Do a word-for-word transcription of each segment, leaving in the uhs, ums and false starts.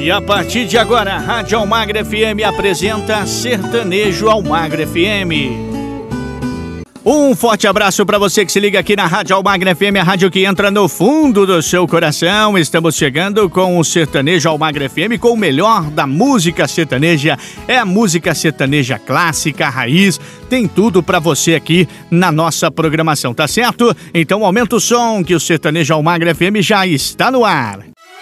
E a partir de agora, a Rádio Almagre F M apresenta Sertanejo Almagre F M. Um forte abraço para você que se liga aqui na Rádio Almagre F M, a rádio que entra no fundo do seu coração. Estamos chegando com o Sertanejo Almagre F M, com o melhor da música sertaneja. É a música sertaneja clássica, raiz, tem tudo para você aqui na nossa programação, tá certo? Então aumenta o som que o Sertanejo Almagre F M já está no ar.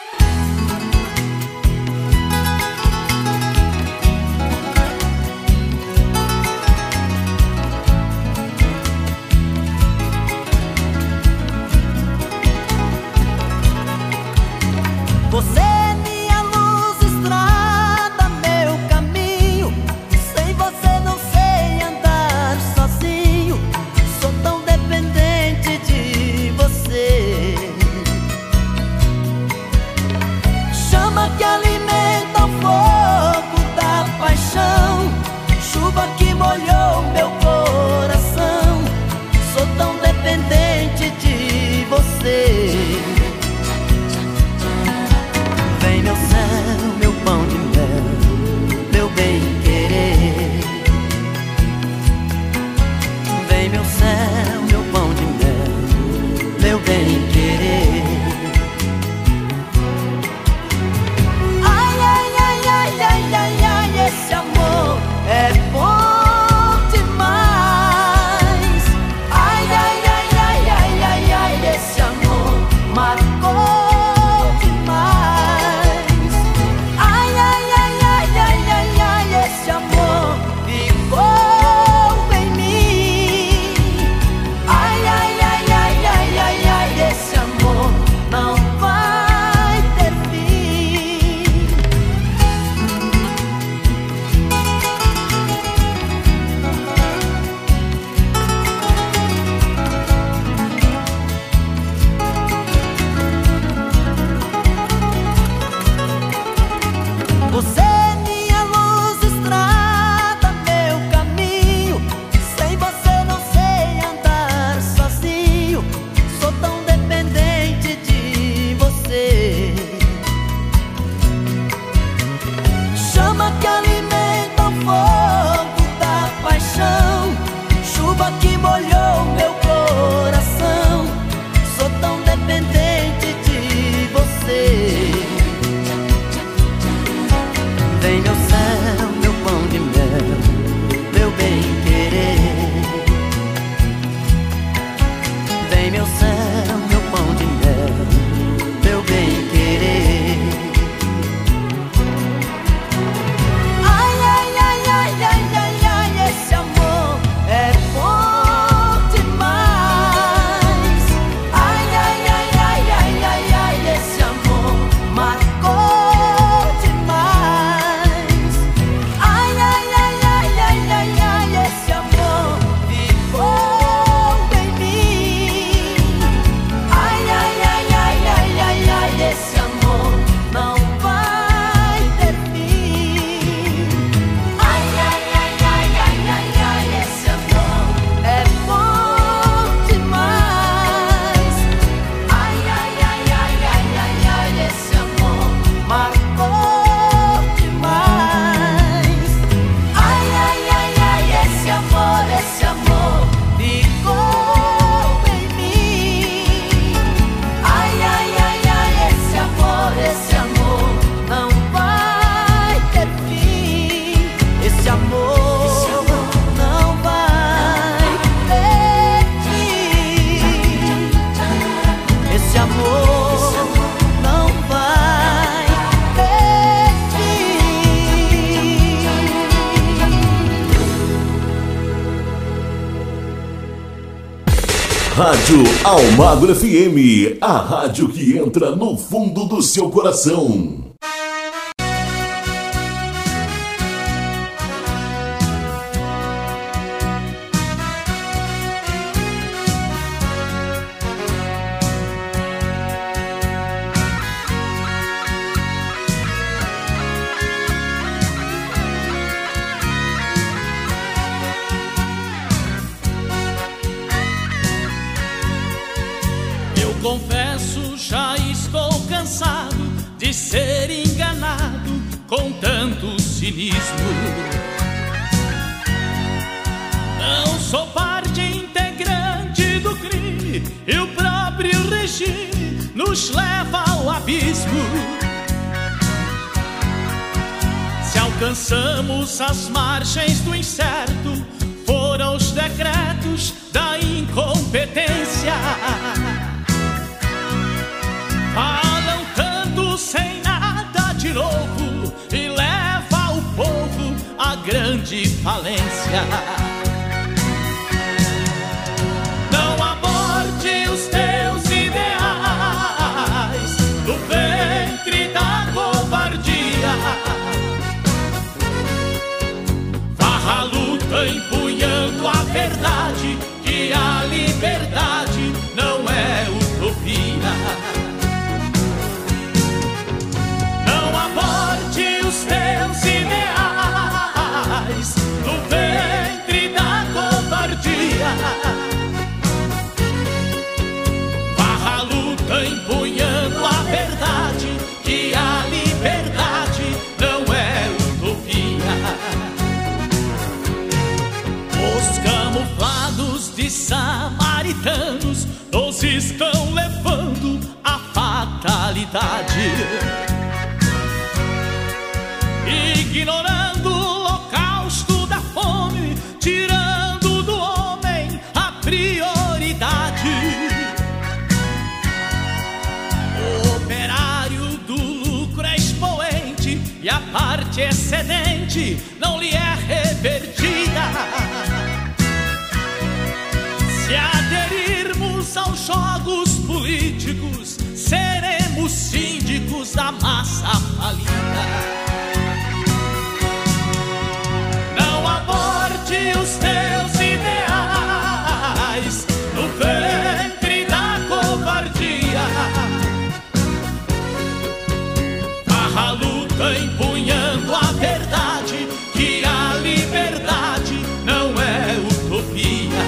Rádio Almagro F M, a rádio que entra no fundo do seu coração. Confesso, já estou cansado de ser cinismo. Não sou parte integrante do crime, e o próprio regime nos leva ao abismo. Se alcançamos as margens do incerto, foram os decretos da incompetência. Falam tanto sem nada de novo e leva o povo à grande falência. Não aborte os teus ideais do ventre da covardia. Vá à luta empunhando a verdade, que a liberdade não é utopia. Não aborte os teus ideais no ventre da covardia. Vá à luta empunhando a verdade, que a liberdade não é utopia. Os camuflados de samaritanos nos estão levando à fatalidade, ignorando o holocausto da fome, tirando do homem a prioridade. O operário do lucro é expoente e a parte excedente não lhe é revertida. Se aderirmos aos jogos políticos, seremos síndicos da massa falida. Não aborte os teus ideais no ventre da covardia. Vá à luta empunhando a verdade, que a liberdade não é utopia.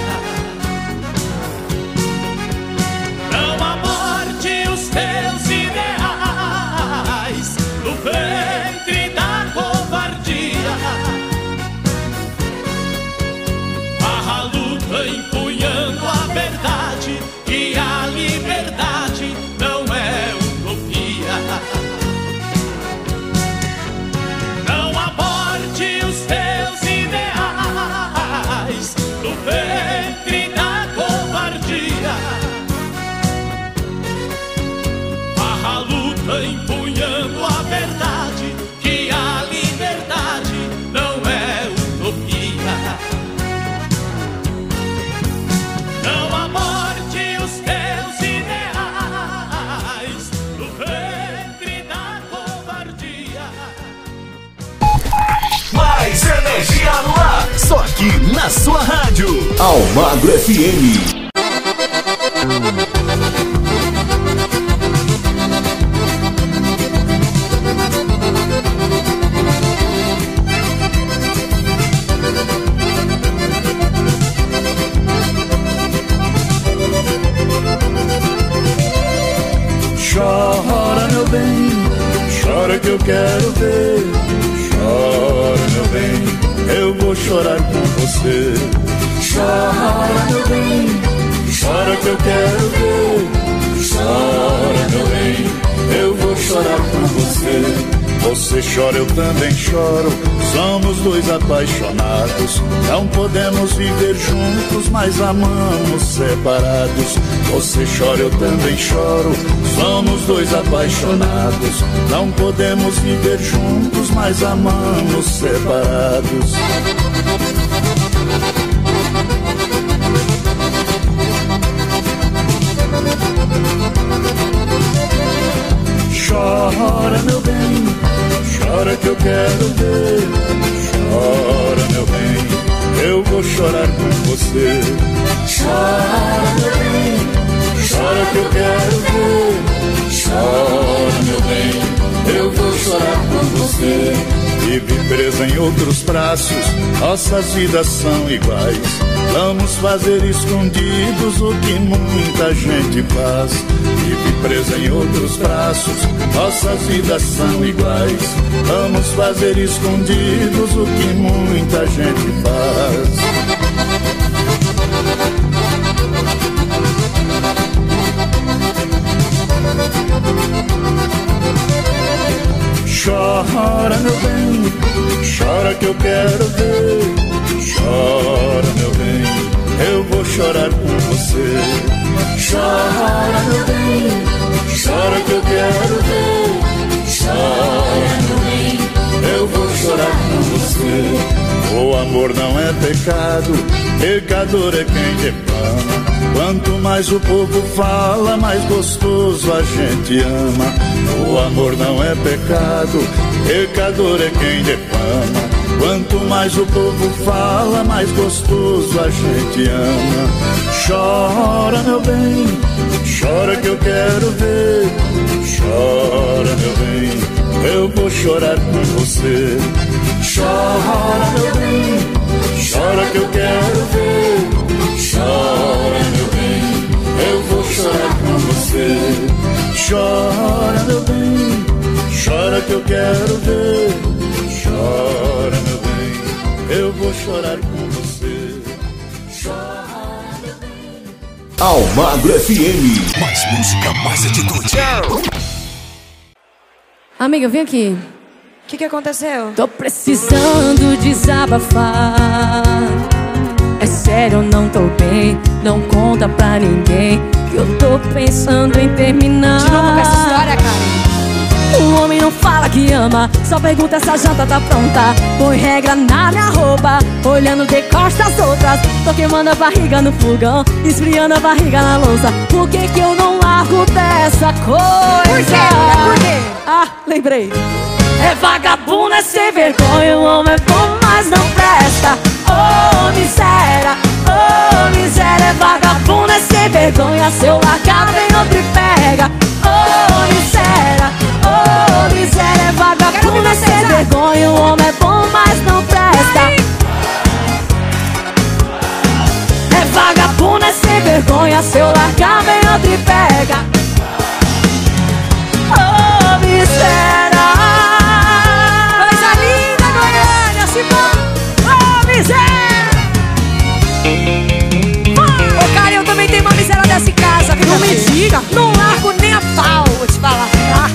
Não aborte os teus ideais no ventre da covardia. Vá à luta empunhando a verdade, que a liberdade não é utopia. Não aborte os teus ideais no ventre da covardia. Vá à luta empunhando a verdade, que a liberdade não é utopia. Não aborte os teus ideais no ventre da covardia. Mais energia no ar, só aqui na sua rádio. Almagro F M. Chora, meu bem, chora que eu quero ver. Chora, meu bem, eu vou chorar com você. Chora, meu bem, chora que eu quero ver. Chora, meu bem, eu vou chorar com você. Você chora, eu também choro, somos dois apaixonados. Não podemos viver juntos, mas amamos separados. Você chora, eu também choro, somos dois apaixonados. Não podemos viver juntos, mas amamos separados. Chora, meu bem, chora que eu quero ver. Chora, meu bem, eu vou chorar com você. Chora, meu bem, chora que eu quero ver. Chora, meu bem, eu vou chorar com você. Vive presa em outros braços, nossas vidas são iguais. Vamos fazer escondidos o que muita gente faz. Vive presa em outros braços, nossas vidas são iguais. Vamos fazer escondidos o que muita gente faz. Chora, meu bem, chora que eu quero ver. Chora, meu bem, eu vou chorar com você. Chora, meu bem, chora que eu quero ver. Chora, meu bem, eu vou chorar com você. O amor não é pecado, pecador é quem defama. Quanto mais o povo fala, mais gostoso a gente ama. O amor não é pecado, pecador é quem defama. Quanto mais o povo fala, mais gostoso a gente ama. Chora, meu bem, chora que eu quero ver. Chora, meu bem, eu vou chorar com você. Chora, meu bem, chora que eu quero ver. Chora, meu bem, eu vou chorar com você. Chora, meu bem, chora que eu quero ver. Chora, meu bem, eu vou chorar com você. Chora, meu bem. Almagro F M. Mais música, mais atitude. Amiga, vem aqui. O que, que aconteceu? Tô precisando desabafar. É sério, eu não tô bem. Não conta pra ninguém que eu tô pensando em terminar. De novo com essa história, Karen? Um homem não fala que ama, só pergunta se a janta tá pronta. Põe regra na minha roupa, olhando de costas das outras. Tô queimando a barriga no fogão, esfriando a barriga na louça. Por que que eu não largo dessa coisa? Por quê? Por quê? Ah, lembrei. É vagabundo, é sem vergonha. O homem é bom, mas não presta. Oh, miséria, oh, miséria. É vagabundo, é sem vergonha. Se eu largar, vem outro e pega. Oh, miséria, oh, miséria. É vagabundo, é sem vergonha. O homem é bom, mas não presta. É vagabundo, é sem vergonha. Se eu largar, vem outro e pega. Oh, miséria. Ô, cara, eu também tenho uma miséria dessa em casa. Não me diga. Não largo nem a pau, vou te falar.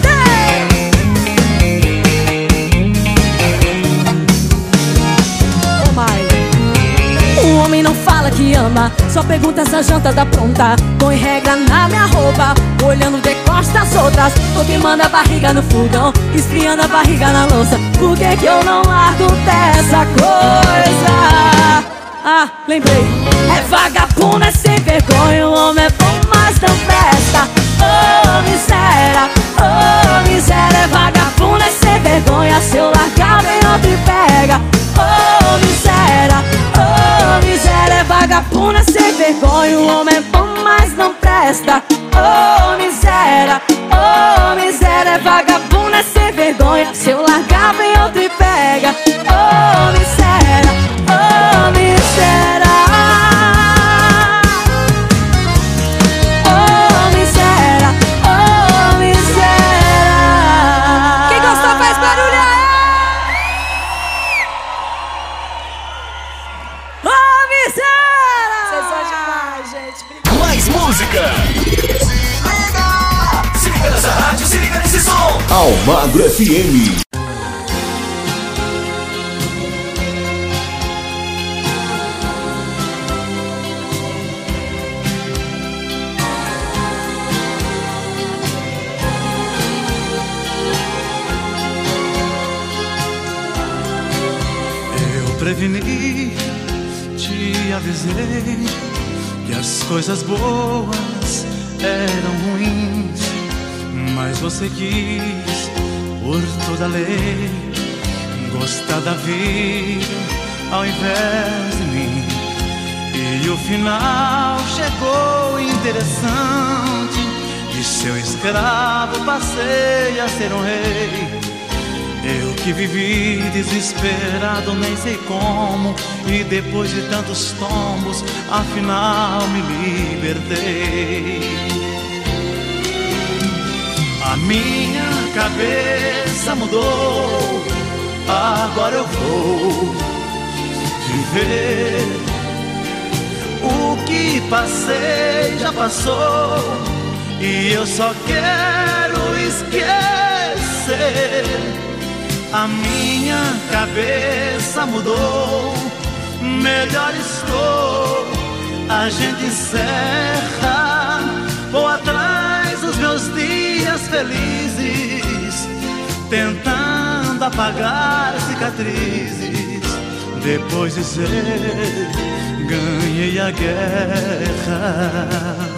Oh, my. Um homem não fala que ama, só pergunta se a janta tá pronta. Põe regra na minha roupa, olhando de costas das outras. Tô queimando a barriga no fogão, esfriando a barriga na louça. Por que que eu não largo dessa coisa? Ah, lembrei. É vagabundo, é sem vergonha. O homem é bom, mas não presta. Oh, miséria, oh, miséria. É vagabundo, é sem vergonha. Se eu largar, vem outro e pega. Oh, miséria, oh, miséria. É vagabundo, é sem vergonha. O homem é bom, mas não presta. Oh, miséria, oh, miséria. É vagabundo, é sem vergonha. Se eu largar, vem outro e pega. Oh, miséria, oh, miséria. Oh, miséria, oh, miséria. Quem gostou faz barulho aí. Oh, miséria. Vocês são demais, gente. Mais música. Se liga. Se liga nessa rádio, se liga nesse som. Almagro F M. Preveni, te avisei que as coisas boas eram ruins, mas você quis, por toda a lei, gostar da vida ao invés de mim. E o final chegou interessante, de seu escravo passei a ser um rei. Eu que vivi desesperado, nem sei como, e depois de tantos tombos, afinal me libertei. A minha cabeça mudou, agora eu vou viver. O que passei já passou, e eu só quero esquecer. A minha cabeça mudou, melhor estou, a gente encerra. Vou atrás dos meus dias felizes, tentando apagar cicatrizes. Depois de ser, ganhei a guerra.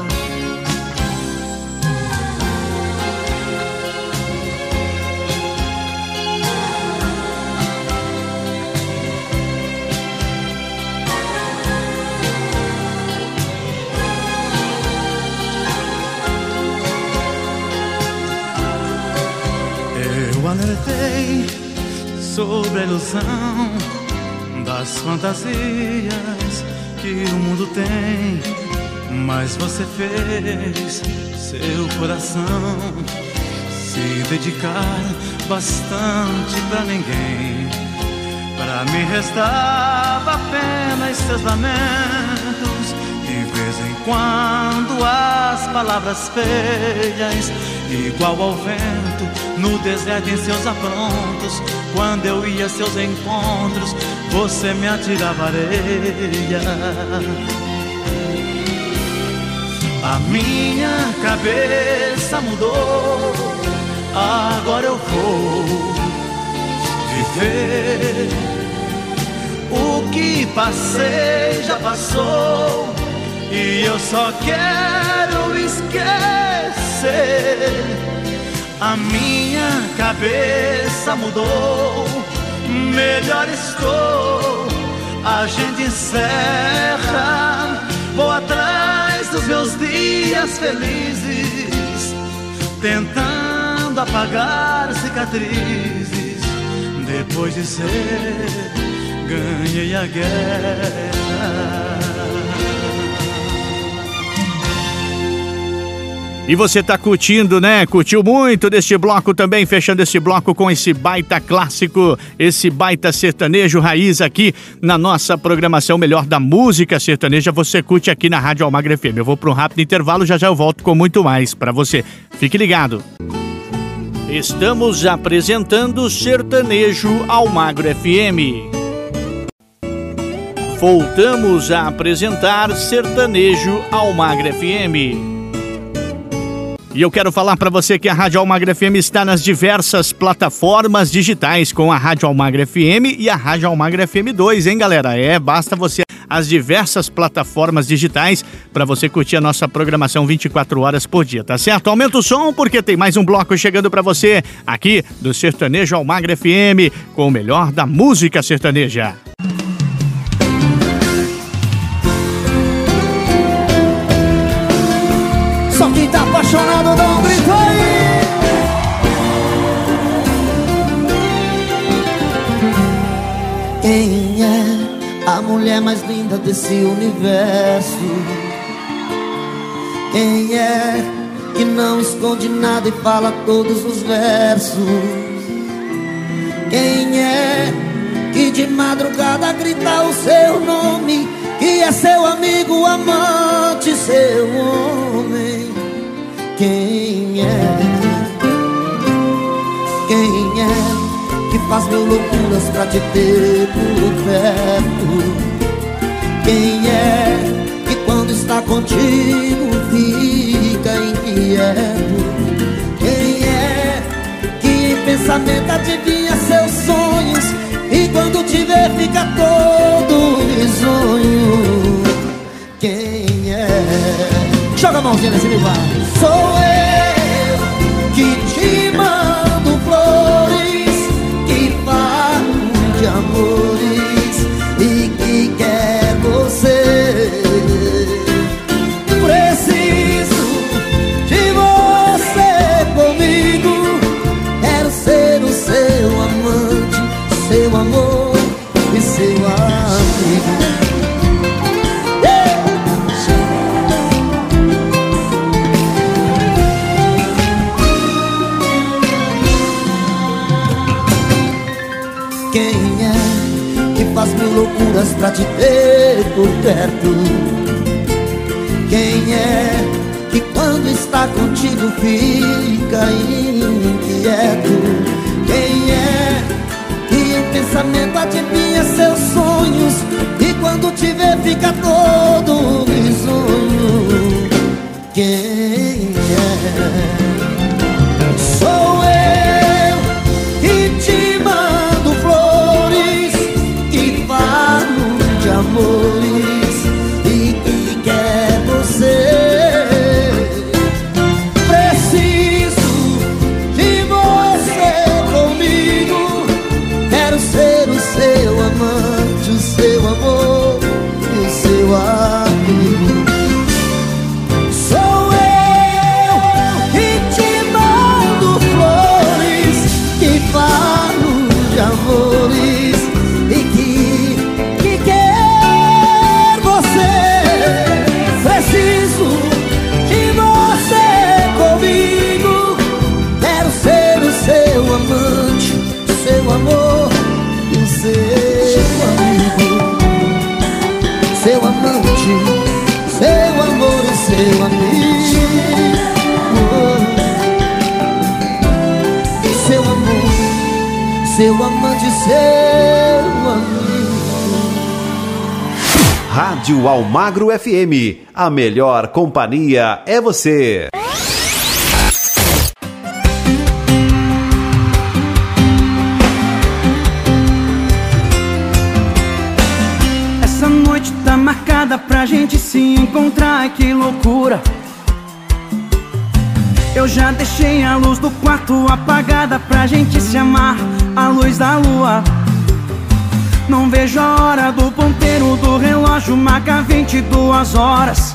Eu alertei sobre a ilusão das fantasias que o mundo tem, mas você fez seu coração se dedicar bastante pra ninguém. Pra mim restava apenas seus lamentos, de vez em quando as palavras feias, igual ao vento no deserto em seus aprontos. Quando eu ia a seus encontros, você me atirava areia. A minha cabeça mudou, agora eu vou viver. O que passei já passou, e eu só quero esquecer. A minha cabeça mudou, melhor estou, a gente encerra. Vou atrás dos meus dias felizes, tentando apagar cicatrizes. Depois de ser, ganhei a guerra. E você tá curtindo, né? Curtiu muito deste bloco também, fechando esse bloco com esse baita clássico, esse baita sertanejo raiz aqui na nossa programação Melhor da Música Sertaneja. Você curte aqui na Rádio Almagre F M. Eu vou para um rápido intervalo, já já eu volto com muito mais para você. Fique ligado. Estamos apresentando Sertanejo Almagre F M. Voltamos a apresentar Sertanejo Almagre F M. E eu quero falar para você que a Rádio Almagre F M está nas diversas plataformas digitais, com a Rádio Almagre F M e a Rádio Almagre F M dois, hein, galera? É, basta você as diversas plataformas digitais para você curtir a nossa programação vinte e quatro horas por dia, tá certo? Aumenta o som porque tem mais um bloco chegando para você aqui do Sertanejo Almagre F M, com o melhor da música sertaneja. Quem tá apaixonado, dá um grito aí. Quem é a mulher mais linda desse universo? Quem é que não esconde nada e fala todos os versos? Quem é que de madrugada grita o seu nome, que é seu amigo, amante, seu homem? Quem é? Quem é que faz mil loucuras pra te ter por perto? Quem é que quando está contigo fica inquieto? Quem é que em pensamento adivinha seus sonhos e quando te vê fica todo risonho? Quem é? Joga a mãozinha nesse lugar. Sou eu que te mando flores, que falo de amores e que quer você. Preciso de você comigo, quero ser o seu amor. Quem é que faz mil loucuras pra te ter por perto? Quem é que quando está contigo fica inquieto? Quem é que em pensamento adivinha seus sonhos e quando te vê fica todo risonho? Quem é? Sou eu que te mando flores, que falo de amores e que quer você. Preciso de você comigo, quero ser o seu amante, o seu amor e o seu amigo. Sou eu que te mando flores, que falo de amores e que, que quer você. Preciso de você comigo, quero ser o seu amante, o seu amor e o seu amigo. Seu amante, seu amor e seu amigo. Seu amor, seu amante, seu amigo. Rádio Almagro F M, a melhor companhia é você. Essa noite tá marcada pra gente se encontrar, que loucura. Eu já deixei a luz do quarto apagada pra gente se amar, a luz da lua. Não vejo a hora do ponteiro do relógio, marca vinte e duas horas.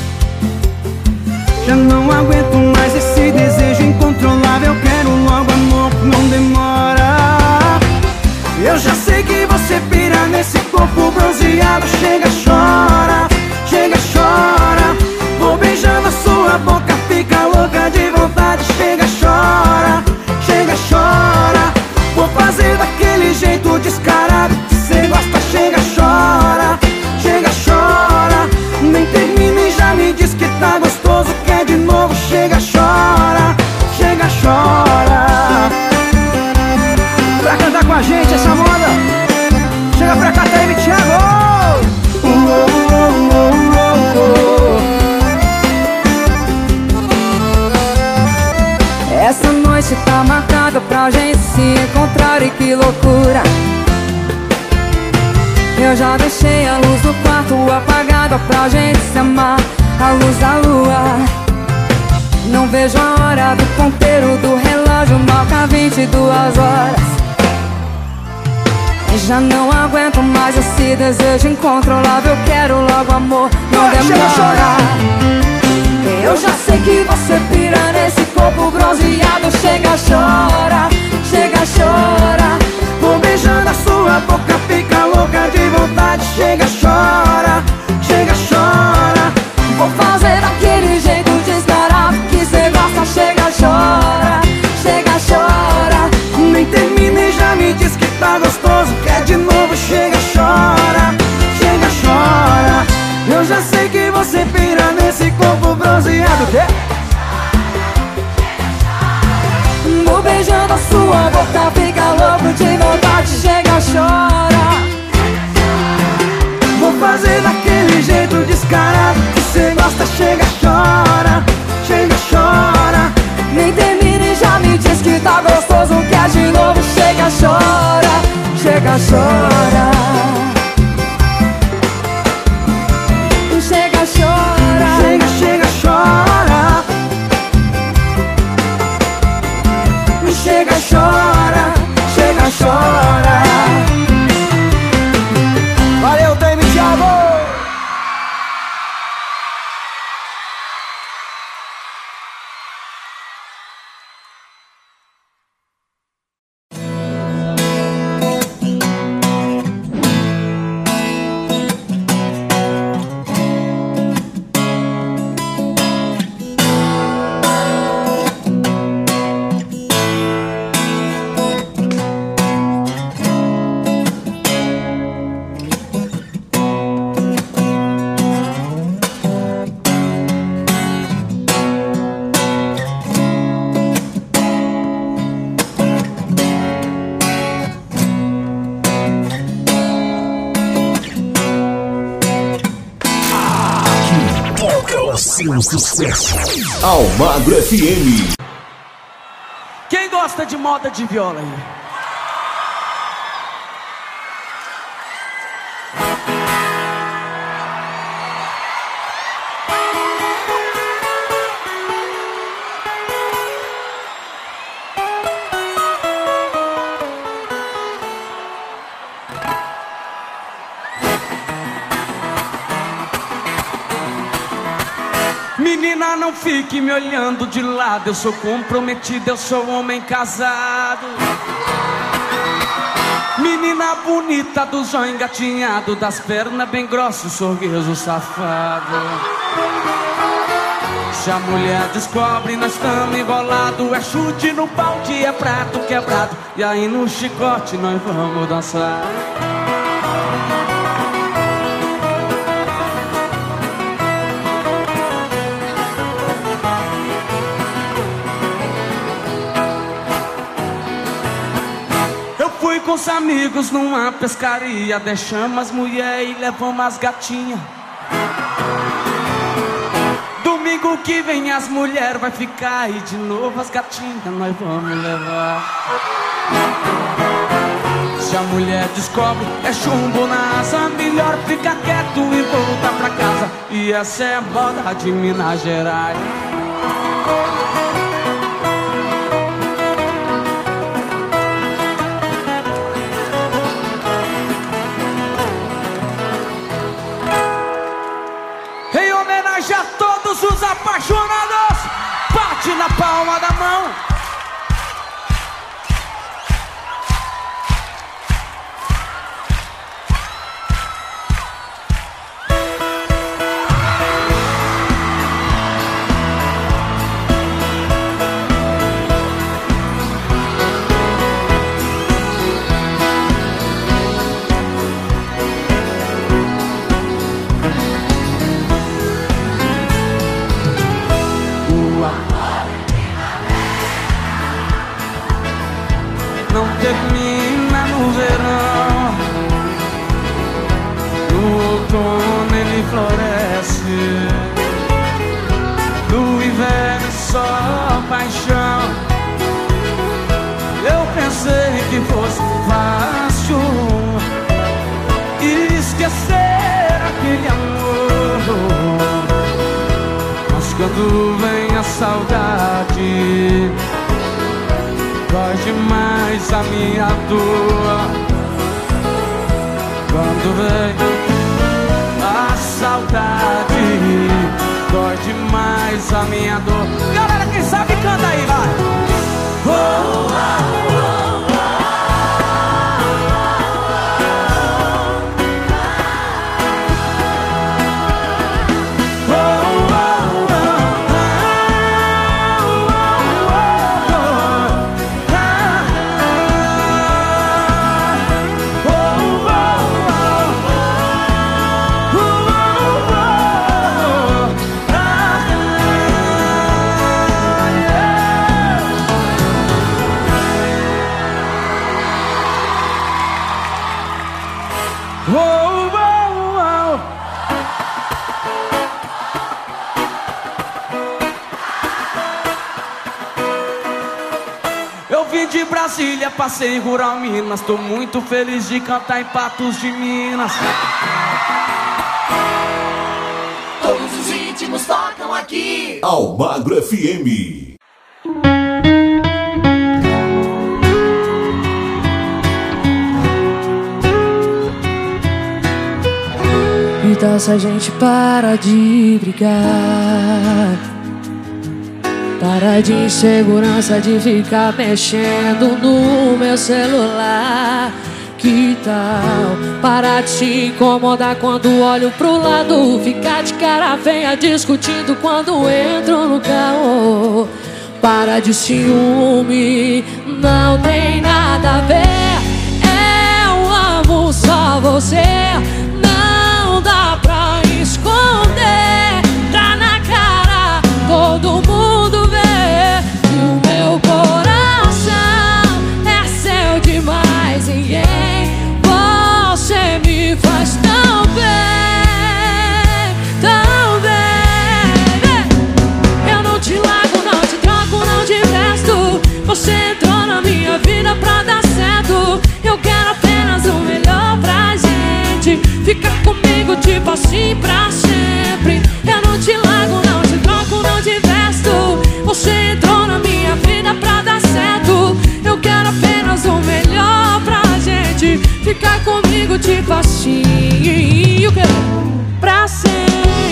Já não aguento mais esse desejo incontrolável, quero logo amor, não demora. Eu já sei que você pira nesse corpo bronzeado, chega, chora, chega, chora. Vou beijando a sua boca, fica louca de vontade, chega, chora, chega, chora. Vou fazer daquele jeito descarado que cê gosta, chega, chora, chega, chora. Nem termina e já me diz que tá gostoso, quer de novo, chega, chora, chega, chora. Pra cantar com a gente essa moda, chega pra cá, Taime Thiago. Uh, uh, uh, uh, uh, uh. Essa noite tá marcada pra gente se encontrar e que loucura. Eu já deixei a luz do quarto apagada pra gente se amar, a luz da lua. Não vejo a hora do ponteiro do relógio, marca vinte e duas horas. Já não aguento mais esse desejo incontrolável, quero logo amor, não demora. Eu já sei que você pira nesse corpo bronzeado, chega, chora, chega, chora. Vou beijando a sua boca, fica louca de vontade, chega, chora, chega, chora. Vou fazer daquele jeito descarado que cê gosta, chega, chora, chega, chora. Nem termina e já me diz que tá gostoso, quer de novo, chega, chora, chega, chora. Eu já sei que você pira nesse corpo bronzeado, quê? Vou beijando a sua boca, fica louco de vontade, chega, chora. Vou fazer daquele jeito descarado que cê gosta, chega, chora, chega, chora. Nem termina e já me diz que tá gostoso, quer de novo, chega, chora, chega, chora. Chega, chora, chega, chega, chora. Chega, chora, chega, chora. Valeu, Taime Thiago. Seu sucesso. Almagro F M. Quem gosta de moda de viola aí? Menina, não fique me olhando de lado. Eu sou comprometido, eu sou homem casado. Menina bonita, do zóio engatinhado, das pernas bem grossas, sorriso safado. Se a mulher descobre, nós estamos enrolados. É chute no balde, é prato quebrado. E aí no chicote nós vamos dançar. Fui com os amigos numa pescaria, deixamos as mulheres e levamos as gatinhas. Domingo que vem as mulheres vai ficar e de novo as gatinhas nós vamos levar. Se a mulher descobre, é chumbo na asa, melhor ficar quieto e voltar pra casa. E essa é a moda de Minas Gerais. A todos os apaixonados, bate na palma da mão. Não termina no verão, no outono ele floresce, no inverno só paixão. Eu pensei que fosse fácil esquecer aquele amor, mas quando vem a saudade, dói demais a minha dor. Quando vem a saudade, dói demais a minha dor. Galera, quem sabe canta aí, vai. Oh, oh, oh, oh. De Brasília, passei em Rural Minas. Tô muito feliz de cantar em Patos de Minas. Todos os ritmos tocam aqui. Almagro F M. Então se a gente para de brigar, para de insegurança de ficar mexendo no meu celular. Que tal parar de te incomodar quando olho pro lado, ficar de cara feia discutindo quando entro no carro. Para de ciúme, não tem nada a ver. Eu amo só você, não dá pra esconder. Tá na cara, todo mundo vê que o meu coração é seu demais. Ninguém, você me faz tão bem, tão bem. tipo assim, o que? Pra sempre.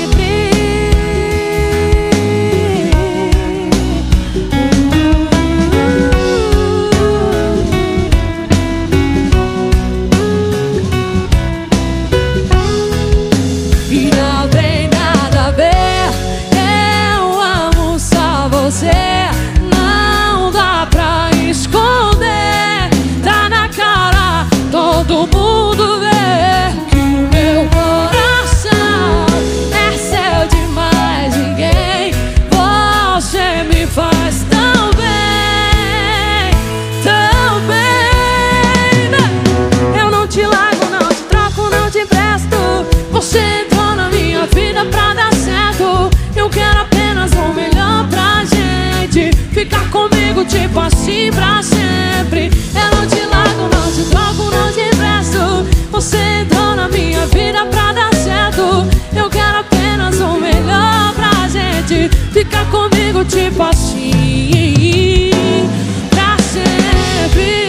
E não tem nada a ver, eu amo só você. Não dá pra esconder, tá na cara, todo mundo vê que o meu coração é seu demais ninguém. Você me faz tão bem, tão bem. Eu não te largo, não te troco, não te empresto. Você entrou na minha vida pra dar certo. Eu quero apenas o melhor pra gente. Ficar comigo tipo assim pra sempre. Eu não te largo, não te troco, não te empresto. Você entrou na minha vida pra dar certo. Eu quero apenas o melhor pra gente. Ficar comigo tipo assim pra sempre.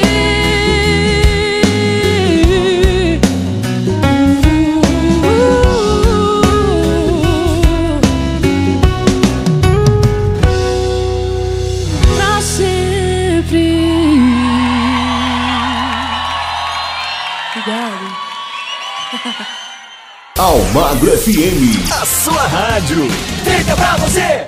Pra sempre. Obrigado. Almagro F M. A sua rádio. Feita pra você.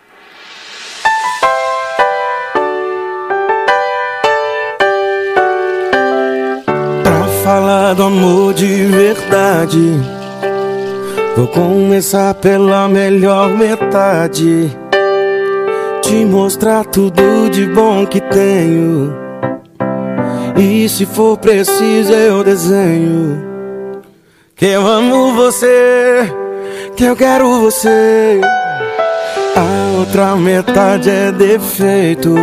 Pra falar do amor de verdade, vou começar pela melhor metade. Te mostrar tudo de bom que tenho. E se for preciso eu desenho que eu amo você, que eu quero você. A outra metade é defeito,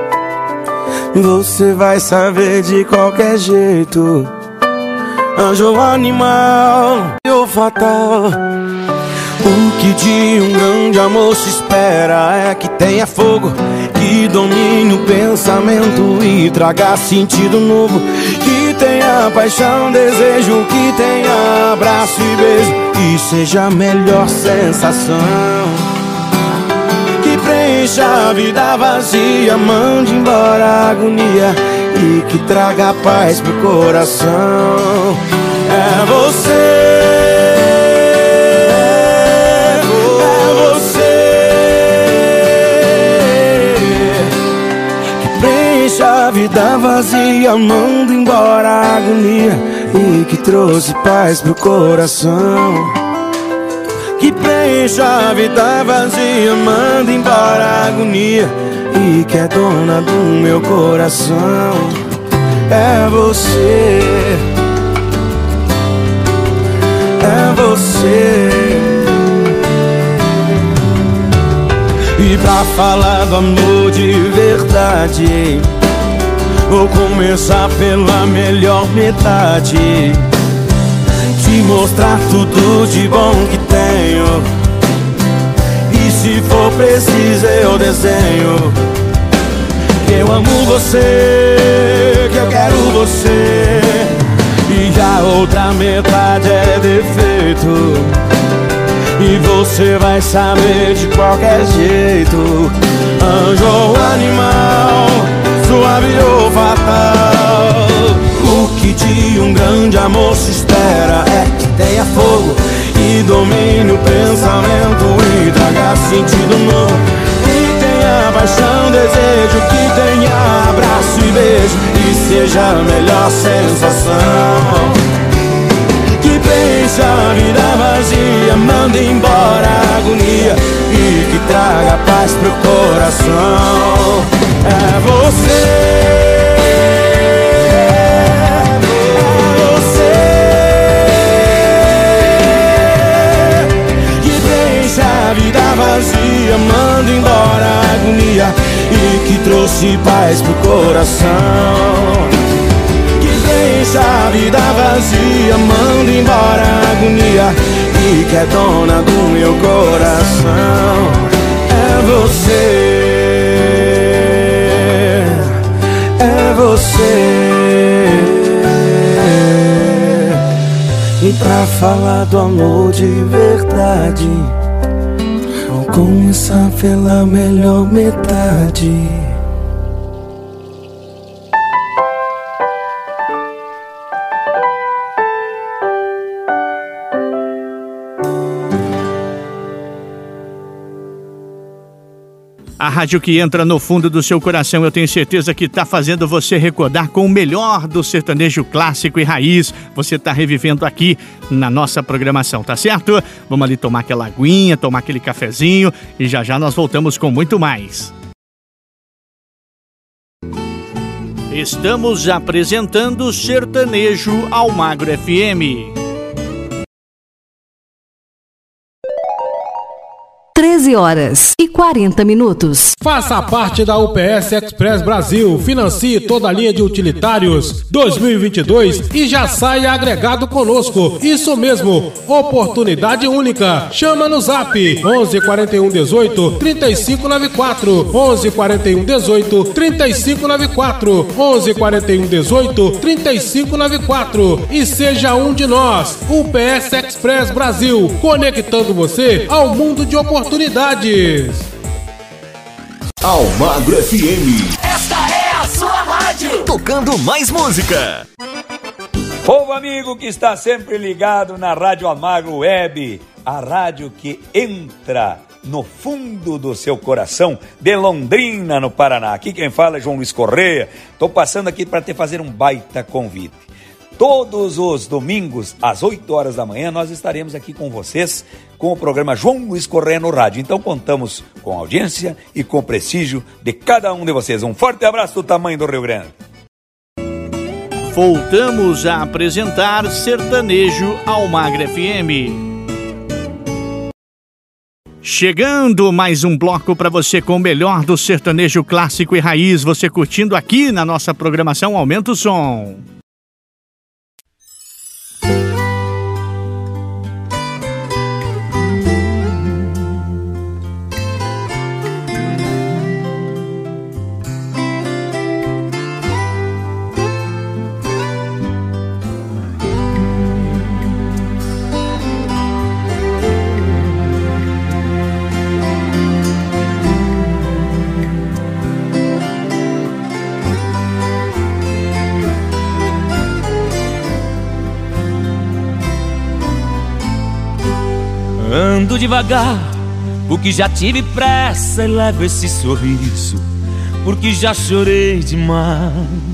você vai saber de qualquer jeito. Anjo ou animal ou fatal, o que de um grande amor se espera é que tenha fogo, que domine o pensamento e traga sentido novo, que tenha paixão, desejo, que tenha abraço e beijo, e seja a melhor sensação, que preencha a vida vazia, mande embora a agonia e que traga paz pro coração. É você, a vida vazia, manda embora a agonia e que trouxe paz pro coração, que preencha a vida vazia, manda embora a agonia e que é dona do meu coração. É você, é você. E pra falar do amor de verdade, vou começar pela melhor metade. Te mostrar tudo de bom que tenho. E se for preciso eu desenho que eu amo você, que eu quero você. E a outra metade é defeito, e você vai saber de qualquer jeito. Anjo ou animal, suave ou fatal, o que de um grande amor se espera é que tenha fogo, que domine o pensamento e traga sentido novo, que tenha paixão, desejo, que tenha abraço e beijo, e seja a melhor sensação, que preencha a vida vazia, manda embora a agonia e que traga paz pro coração. É você, é você, que preencha a vida vazia, manda embora a agonia e que trouxe paz pro coração, deixa a vida vazia, manda embora a agonia e que é dona do meu coração. É você, é você, vim pra falar do amor de verdade. Vou começar pela melhor metade. A rádio que entra no fundo do seu coração, eu tenho certeza que está fazendo você recordar com o melhor do sertanejo clássico e raiz. Você está revivendo aqui na nossa programação, tá certo? Vamos ali tomar aquela aguinha, tomar aquele cafezinho e já já nós voltamos com muito mais. Estamos apresentando Sertanejo Almagro F M. treze horas e quarenta minutos. Faça parte da U P S Express Brasil. Financie toda a linha de utilitários dois mil e vinte e dois e já saia agregado conosco. Isso mesmo, oportunidade única. Chama no Zap onze quarenta e um dezoito, trinta e cinco noventa e quatro, onze quarenta e um dezoito, trinta e cinco noventa e quatro, onze quarenta e um dezoito, trinta e cinco noventa e quatro e seja um de nós. U P S Express Brasil, conectando você ao mundo de oportunidades. Oportunidades. Almagro F M. Esta é a sua rádio. Tocando mais música. Povo amigo que está sempre ligado na Rádio Almagro Web, a rádio que entra no fundo do seu coração, de Londrina, no Paraná. Aqui quem fala é João Luiz Correia. Estou passando aqui para te fazer um baita convite. Todos os domingos, às oito horas da manhã, nós estaremos aqui com vocês com o programa João Luiz Correia no rádio. Então contamos com a audiência e com o prestígio de cada um de vocês. Um forte abraço do tamanho do Rio Grande. Voltamos a apresentar Sertanejo Almagro F M. Chegando mais um bloco para você com o melhor do sertanejo clássico e raiz. Você curtindo aqui na nossa programação. Aumenta o som. Ando devagar, porque já tive pressa e levo esse sorriso, porque já chorei demais.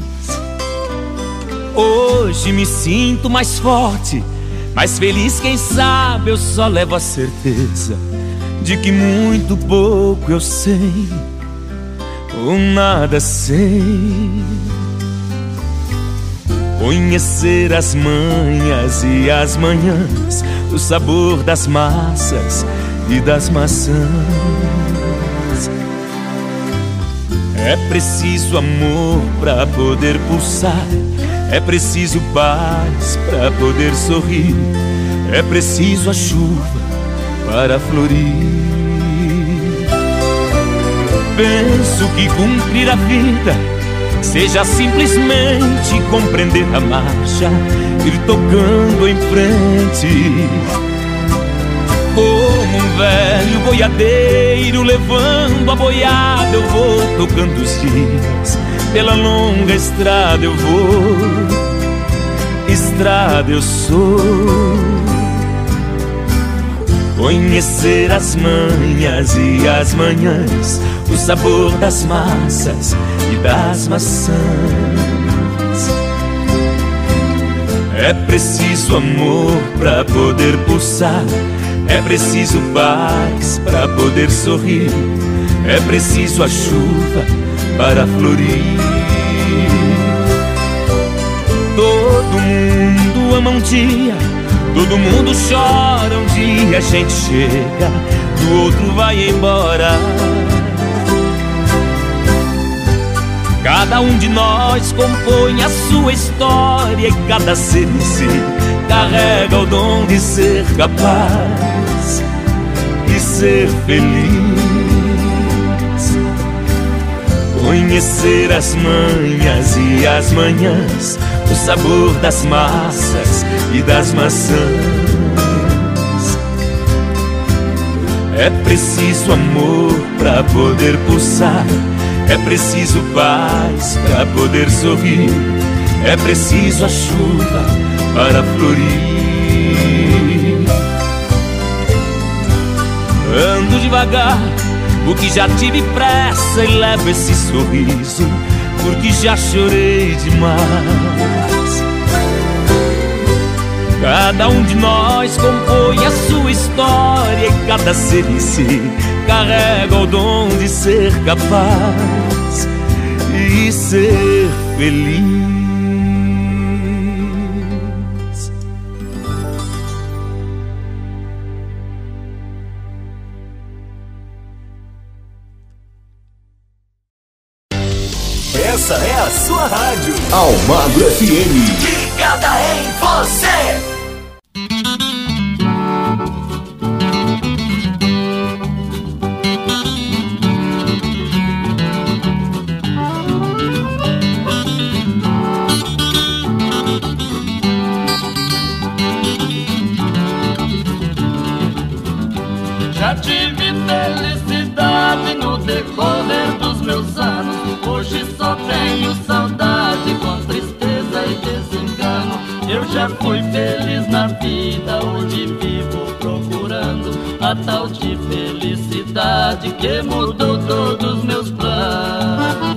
Hoje me sinto mais forte, mais feliz, quem sabe eu só levo a certeza de que muito pouco eu sei, ou nada sei. Conhecer as manhas e as manhãs, o sabor das massas e das maçãs. É preciso amor pra poder pulsar, é preciso paz pra poder sorrir, é preciso a chuva para florir. Penso que cumprir a vida seja simplesmente compreender a marcha, ir tocando em frente. Como um velho boiadeiro levando a boiada, eu vou tocando os dias. Pela longa estrada eu vou, estrada eu sou. Conhecer as manhas e as manhãs, o sabor das massas e das maçãs. É preciso amor pra poder pulsar, é preciso paz pra poder sorrir, é preciso a chuva para florir. Todo mundo ama um dia, todo mundo chora um dia, a gente chega, do outro vai embora. Cada um de nós compõe a sua história e cada ser em si carrega o dom de ser capaz e ser feliz. conhecer as manhas e as manhãs, o sabor das massas e das maçãs. É preciso amor pra poder pulsar, é preciso paz pra poder sorrir, é preciso a chuva para florir. Ando devagar, porque já tive pressa, e levo esse sorriso, porque já chorei demais. Cada um de nós compõe a sua história, e cada ser em si carrega o dom de ser capaz e ser feliz. Essa é a sua rádio. Almagro F M. Ligada em você. Já tive felicidade no decorrer dos meus anos. Hoje só tenho saudade com tristeza e desengano. Eu já fui feliz na vida, hoje vivo procurando a tal de felicidade que mudou todos meus planos.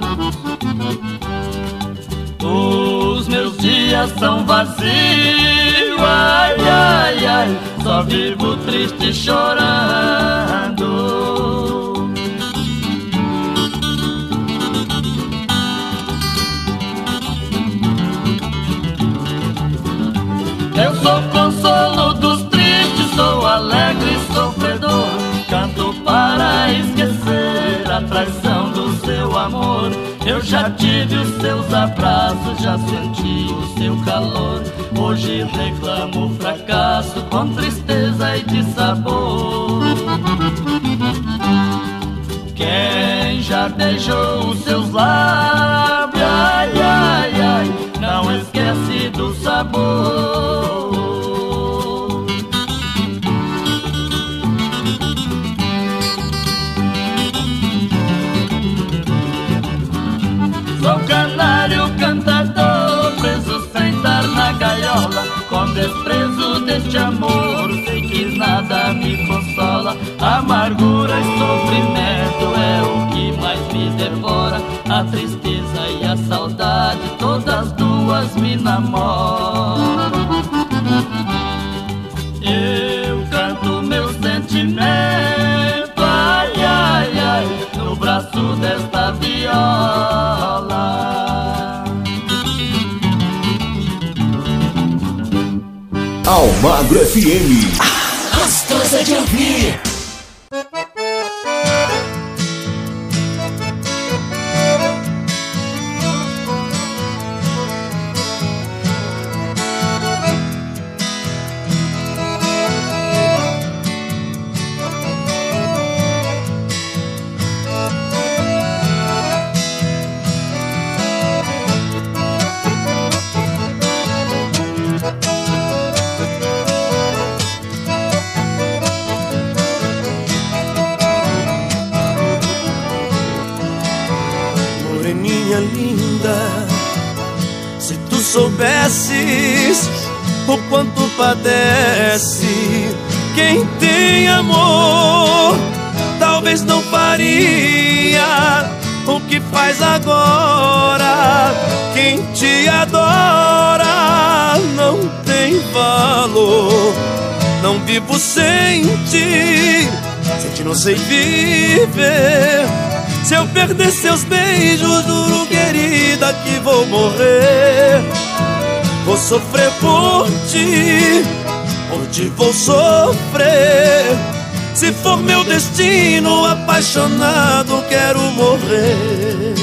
Os meus dias são vazios, ai, ai, ai, só vivo triste e chorando. Eu sou consolo dos tristes, sou alegre e sofredor. Canto para esquecer a traição do seu amor. Eu já tive os seus abraços, já senti o seu calor. Hoje reclamo o fracasso com tristeza e de sabor. Quem já beijou os seus lábios, ai, ai, ai, não esquece do sabor. Sou canário cantador, preso sem dar na gaiola, com desprezo deste amor, sei que nada me consola. Amargura e sofrimento é o que mais me devora. A tristeza e a saudade, todas duas me namoram. Eu canto meu sentimento, ai, ai, ai, no braço desta viola. Almagro F M. Gostosa de ouvir. Soubesses o quanto padece quem tem amor, talvez não faria o que faz agora. Quem te adora não tem valor. Não vivo sem ti, sem ti não sei viver. Se eu perder seus beijos, juro, querida, que vou morrer. Vou sofrer por ti, onde vou sofrer. Se for meu destino, apaixonado, quero morrer.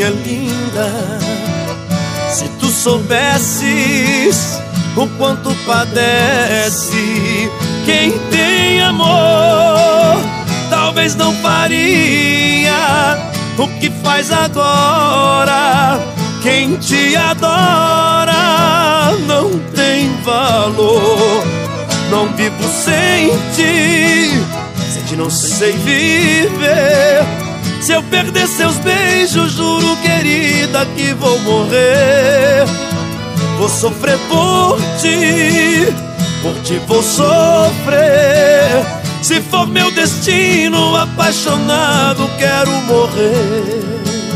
linda. Se tu soubesses o quanto padece quem tem amor, talvez não faria o que faz agora. Quem te adora não tem valor. Não vivo sem ti, sem ti não sei viver. Se eu perder seus beijos, juro, querida, que vou morrer. Vou sofrer por ti, por ti vou sofrer. Se for meu destino, apaixonado quero morrer.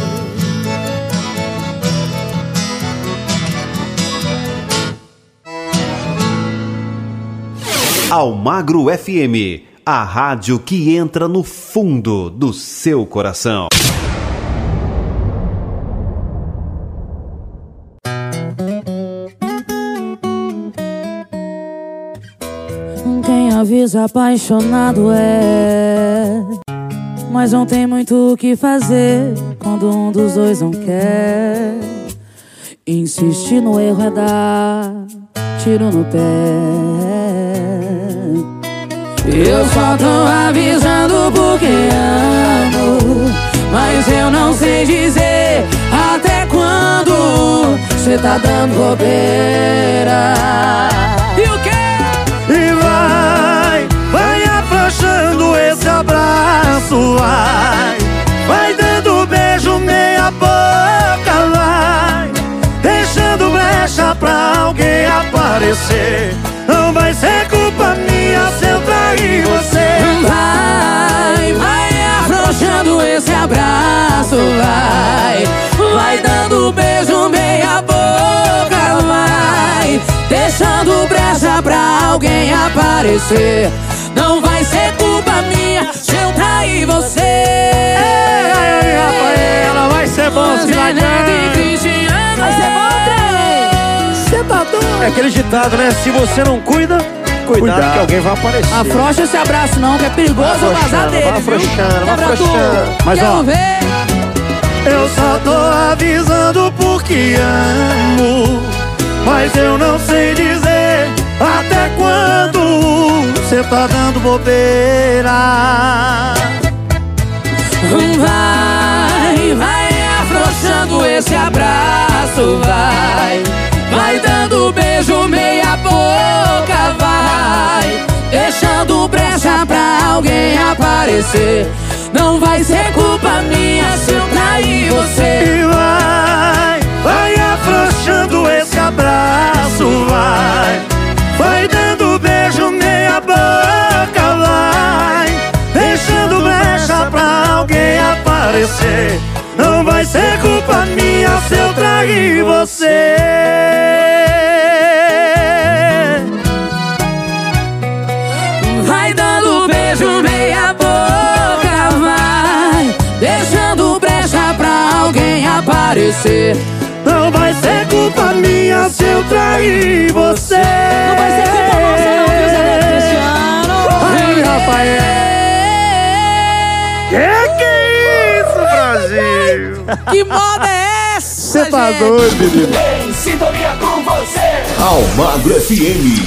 Almagro F M, a rádio que entra no fundo do seu coração. Quem avisa apaixonado é, mas não tem muito o que fazer quando um dos dois não quer. Insistir no erro é dar tiro no pé. Eu só tô avisando porque amo, mas eu não sei dizer até quando cê tá dando bobeira. E o quê? E vai, vai afrouxando esse abraço, vai. Vai dando beijo meia boca, vai. Deixando brecha pra alguém aparecer. Não vai ser culpa minha se eu trair você. Vai, vai afrouxando esse abraço, vai. Vai dando beijo meia boca, vai. Deixando brecha pra alguém aparecer. Não vai ser culpa minha se eu trair você. Ei, ei, Rafaela, vai ser bom se vai Cristiano, vai ser bom, trem. Cê tá doido? É aquele ditado, né? Se você não cuida, cuidado, cuidado que alguém vai aparecer. Afrouxa esse abraço não, que é perigoso vazar dele, vai afrouxando, vai afrouxando. Mas ó, ver? Eu só tô avisando porque amo, mas eu não sei dizer até quando cê tá dando bobeira. Vai, vai afrouxando esse abraço, vai. Vai dando beijo meia boca, vai. Deixando brecha pra alguém aparecer. Não vai ser culpa minha se eu trair você. E vai, vai afrouxando esse abraço, vai. Vai dando beijo meia boca, vai. Deixando brecha pra alguém aparecer. Não vai ser culpa minha se eu trair você. Vai dando beijo meia boca, vai. Deixando brecha pra alguém aparecer. Não vai ser culpa minha se eu trair você. Não vai ser culpa nossa não, viu, Zé Cristiano? Ai, Rafael. Que que é isso, Brasil? Que moda é essa, Cê tá gente? doido, menino? Em sintonia com você. Almagro F M.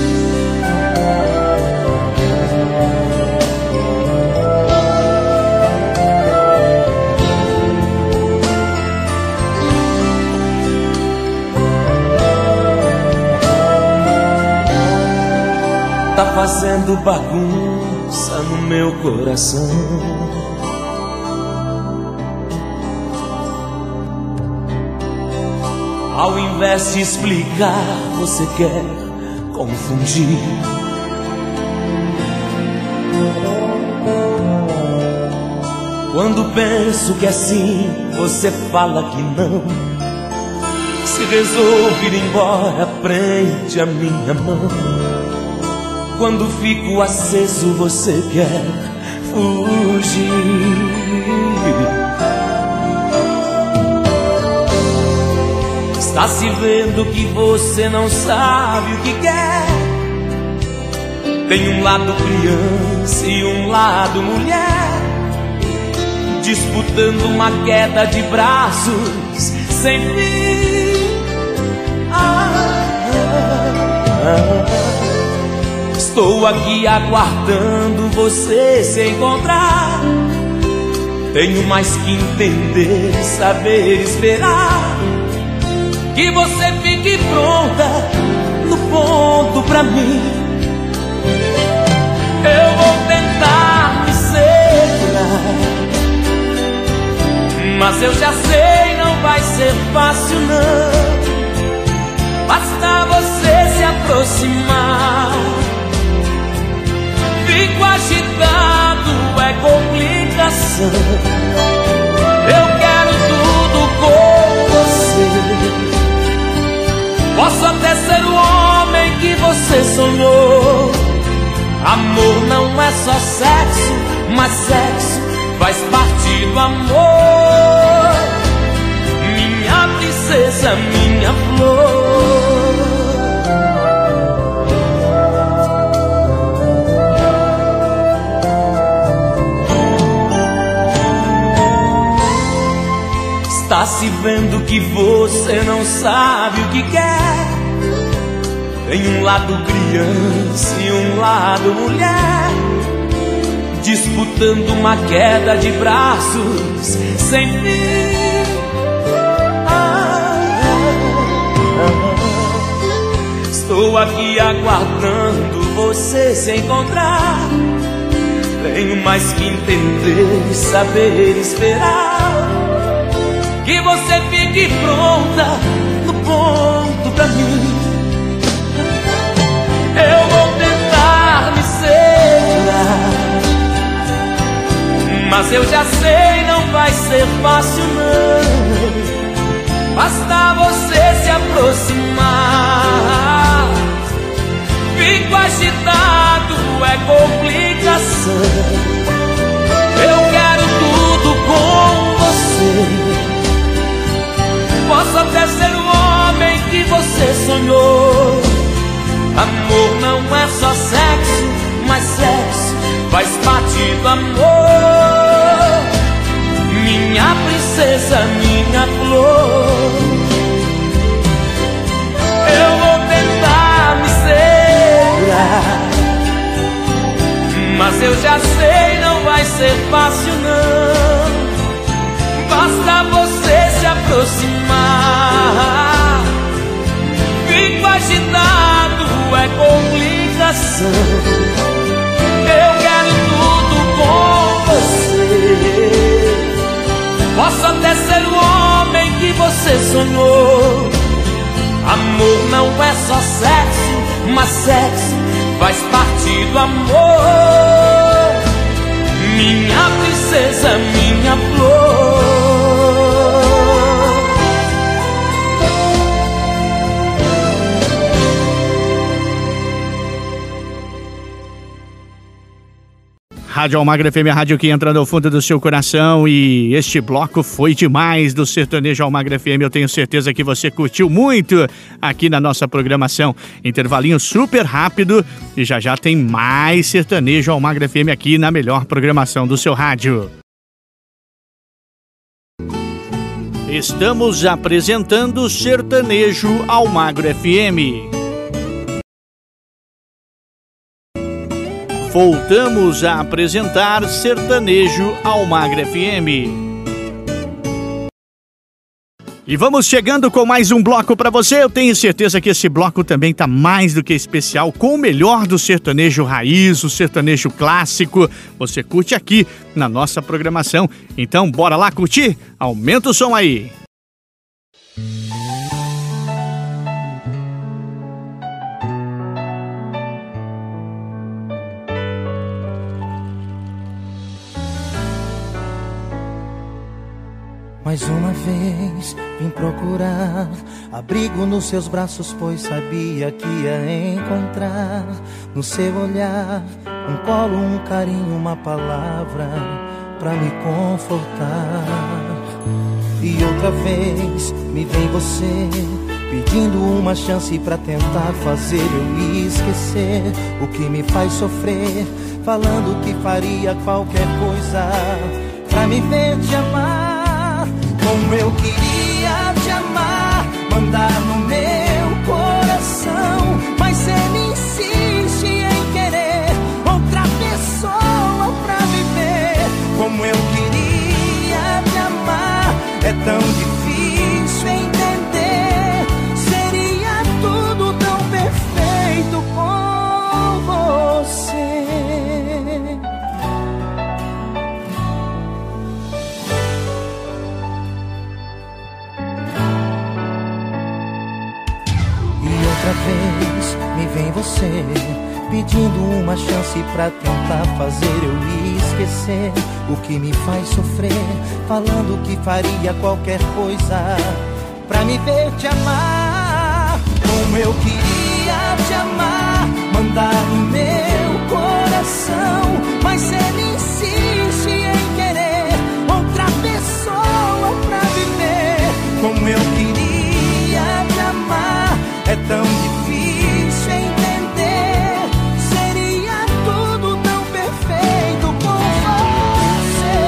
Tá fazendo bagunça no meu coração. Ao invés de explicar, você quer confundir. Quando penso que é sim, você fala que não. Se resolve ir embora, prende a minha mão. Quando fico aceso, você quer fugir. Está se vendo que você não sabe o que quer. Tem um lado criança e um lado mulher, disputando disputando uma queda de braços sem fim. Ah, ah, ah. Estou aqui aguardando você se encontrar. Tenho mais que entender, saber esperar. Que você fique pronta no ponto pra mim. Eu vou tentar me segurar, mas eu já sei, não vai ser fácil não. Basta você se aproximar. Fico agitado, é complicação. Eu quero tudo com você. Posso até ser o homem que você sonhou. Amor não é só sexo, mas sexo faz parte do amor. Minha princesa, minha flor. Está se vendo que você não sabe o que quer. Tem um lado criança e um lado mulher, disputando uma queda de braços sem fim. Ah, ah, ah. Estou aqui aguardando você se encontrar. Tenho mais que entender e saber esperar. Que você fique pronta no ponto pra mim. Eu vou tentar me segurar, mas eu já sei, não vai ser fácil não. Basta você se aproximar. Fico agitado, é complicação. Eu quero tudo com você. Posso até ser o homem que você sonhou. Amor não é só sexo, mas sexo faz parte do amor. Minha princesa, minha flor. Eu vou tentar me segurar, mas eu já sei, não vai ser fácil não. Basta você se aproximar. Fico agitado, é complicação. Eu quero tudo com você. Posso até ser o homem que você sonhou. Amor não é só sexo, mas sexo faz parte do amor. Minha princesa, minha flor. Rádio Almagro F M, a rádio que entra no fundo do seu coração. E este bloco foi demais do Sertanejo Almagro F M. Eu tenho certeza que você curtiu muito aqui na nossa programação. Intervalinho super rápido e já já tem mais Sertanejo Almagro F M aqui na melhor programação do seu rádio. Estamos apresentando Sertanejo Almagro F M. Voltamos a apresentar Sertanejo Almagro F M. E vamos chegando com mais um bloco para você. Eu tenho certeza que esse bloco também tá mais do que especial, com o melhor do sertanejo raiz, o sertanejo clássico. Você curte aqui na nossa programação. Então bora lá curtir? Aumenta o som aí. Mais uma vez vim procurar abrigo nos seus braços, pois sabia que ia encontrar no seu olhar um colo, um carinho, uma palavra pra me confortar. E outra vez me vem você pedindo uma chance pra tentar fazer eu me esquecer o que me faz sofrer, falando que faria qualquer coisa pra me ver te amar. eu queria te amar, mandar no meu coração, mas cê me insiste em querer outra pessoa pra viver. Como eu queria te amar, é tão difícil entender. Seria tudo tão perfeito com você. Outra vez me vem você pedindo uma chance pra tentar fazer eu esquecer o que me faz sofrer, falando que faria qualquer coisa pra me ver te amar. Como eu queria te amar, mandar no meu coração, mas cê me insiste em querer outra pessoa pra viver. Como eu queria te amar, é tão difícil entender. Seria tudo tão perfeito com você.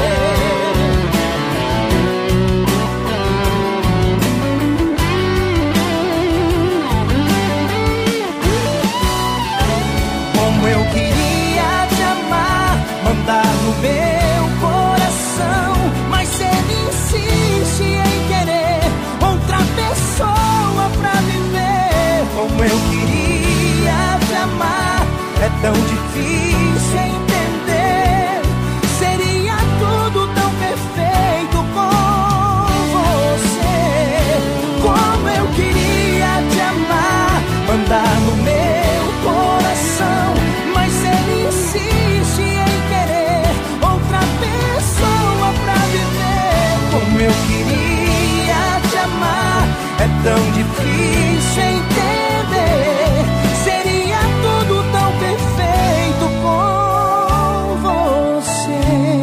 Como eu queria te amar, mandar no meu coração, mas cê me insiste em querer outra pessoa pra viver. Como eu queria te amar, é tão difícil entender. Seria tudo tão perfeito com você. Como eu queria te amar, mandar no meu coração, mas cê me insiste em querer outra pessoa pra viver. Como eu queria te amar, é tão difícil entender. Seria tudo tão perfeito com você.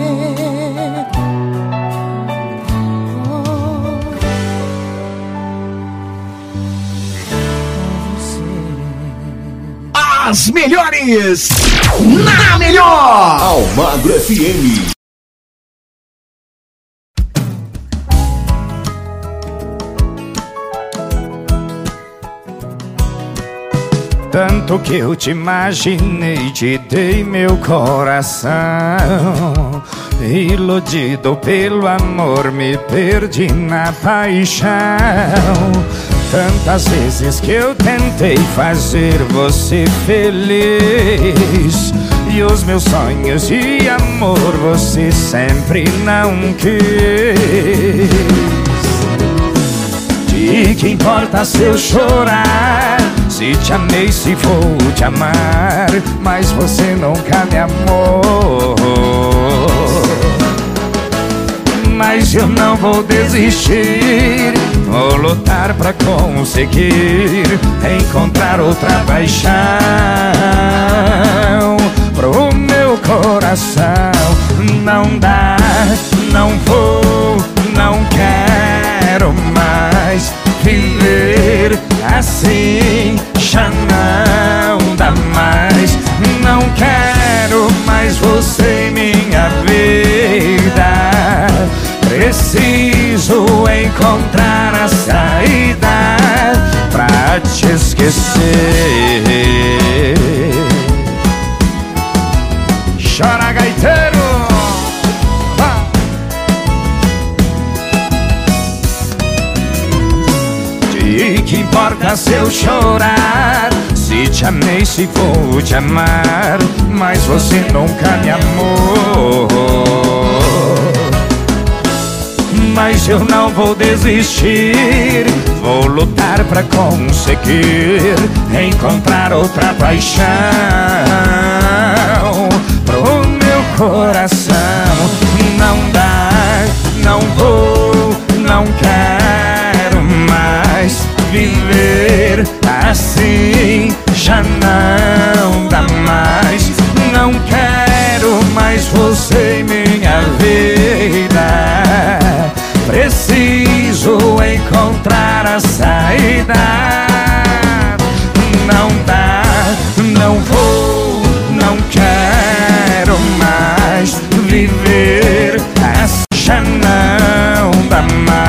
As melhores na melhor Almagro F M. Tanto que eu te imaginei, te dei meu coração. Iludido pelo amor, me perdi na paixão. Tantas vezes que eu tentei fazer você feliz, e os meus sonhos de amor você sempre não quis. De que importa se eu chorar, se te amei, se vou te amar, mas você nunca me amou. Mas eu não vou desistir, vou lutar pra conseguir encontrar outra paixão pro meu coração. Não dá, não vou, não quero mais viver assim, já não dá mais. Não quero mais você em minha vida. Preciso encontrar a saída pra te esquecer. Chora, gaiteiro! De que importa se eu chorar, se te amei, se vou te amar, mas você nunca me amou. Mas eu não vou desistir, vou lutar pra conseguir encontrar outra paixão pro meu coração. Não dá, não vou, não quero mais viver assim, já não dá mais. Não quero mais você em minha vida. Preciso encontrar a saída. Não dá, não vou, não quero mais viver assim, já não dá mais.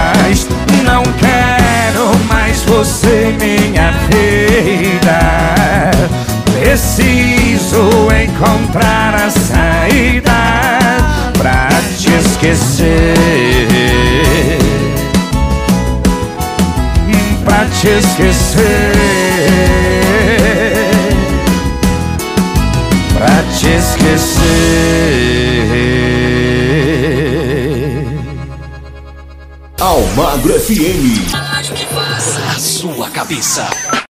preciso encontrar a saída pra te esquecer, pra te esquecer, pra te esquecer. Almagro F M. A rádio que faz a sua cabeça.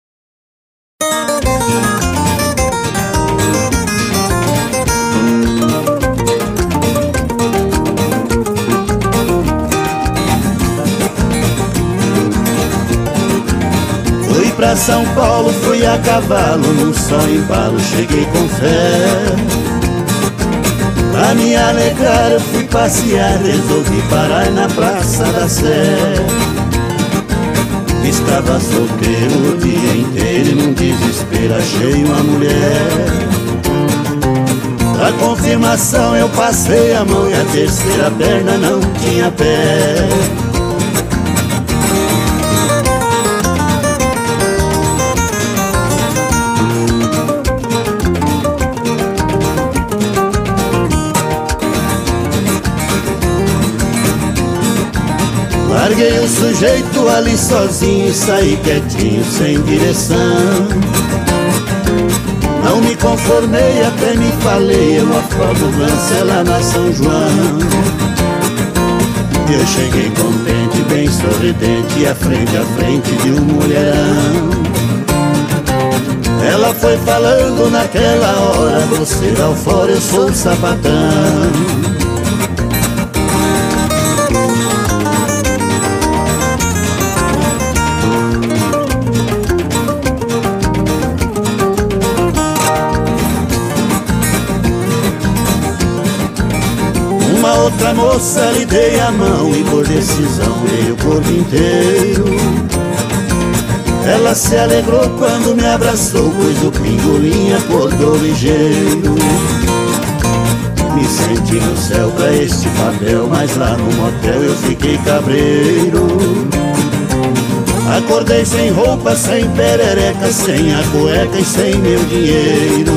Fui pra São Paulo, fui a cavalo, num só embalo cheguei com fé. Pra me alegrar eu fui passear, resolvi parar na Praça da Sé. Estava solteiro o dia inteiro e num desespero achei uma mulher. Pra confirmação eu passei a mão e a terceira perna não tinha pé. Larguei o sujeito ali sozinho e saí quietinho, sem direção. Não me conformei, até me falei, eu afogo lança lá na São João. Eu cheguei contente, bem sorridente, à frente, à frente de um mulherão. Ela foi falando naquela hora, você lá fora, eu sou sapatão. Outra moça lhe dei a mão e por decisão dei o corpo inteiro. Ela se alegrou quando me abraçou, pois o pingolim acordou ligeiro. Me senti no céu pra este papel, mas lá no motel eu fiquei cabreiro. Acordei sem roupa, sem perereca, sem a cueca e sem meu dinheiro.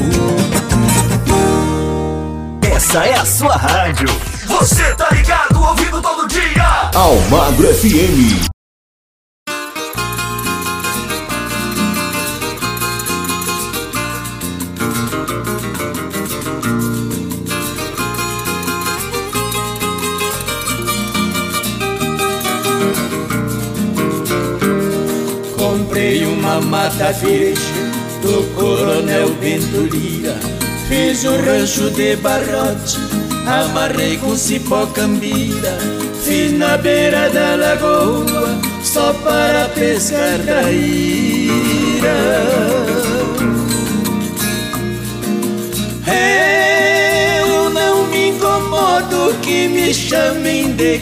Essa é a sua rádio. Você tá ligado, ouvindo todo dia. Almagro F M. Comprei uma mata virgem do Coronel Bento Lira. Fiz um rancho de barrote, amarrei com cipó cambira. Fiz na beira da lagoa, só para pescar traíra. Eu não me incomodo que me chamem de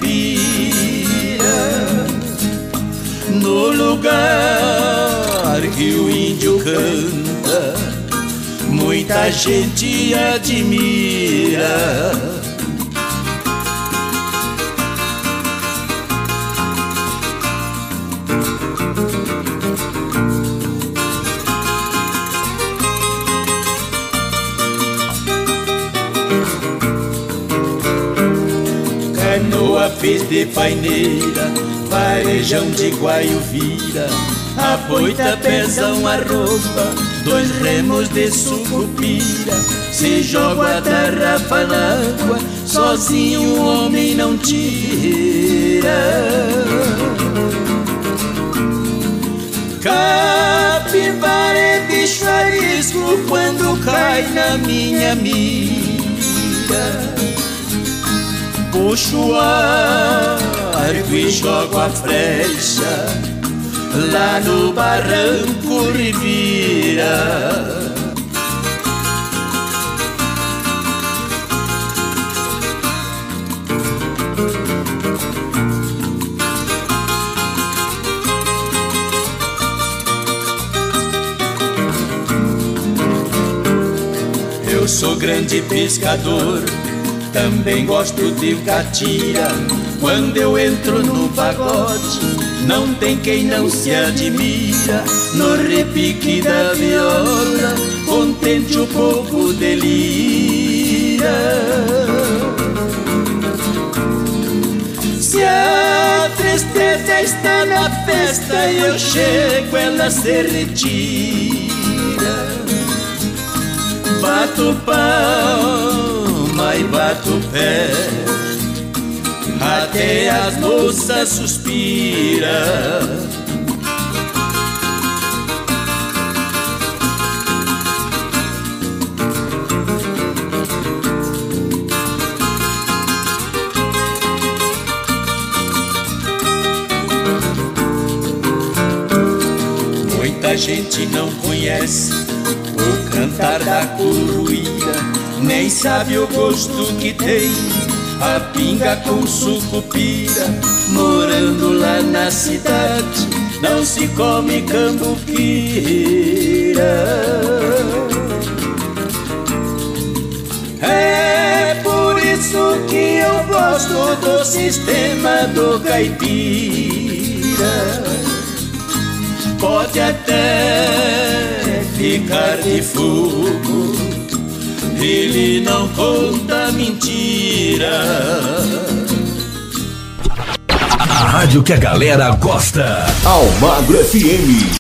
caipira. No lugar que o índio canta, muita gente admira. Canoa fiz de paineira, varejão de guaiuvira, a boita, pezão, arroba, dois remos de sucupira. Se joga a tarrafa na água, sozinho o homem não tira. Capivara é bicho arisco quando cai na minha mira. Puxo o arco e jogo a flecha, lá no barranco revira. Eu sou grande pescador, Também gosto de catira, quando eu entro no pagode, não tem quem não se admira. No repique da viola, contente o povo delira. Se a tristeza está na festa e eu chego, ela se retira. Bato palma e bato pé, até as moças suspiram. Muita gente não conhece o cantar da curruíra, nem sabe o gosto que tem a pinga com sucupira. Morando lá na cidade, não se come cambuquira. É por isso que eu gosto do sistema do caipira. Pode até ficar de fogo, ele não conta mentira. A rádio que a galera gosta. Almagro F M.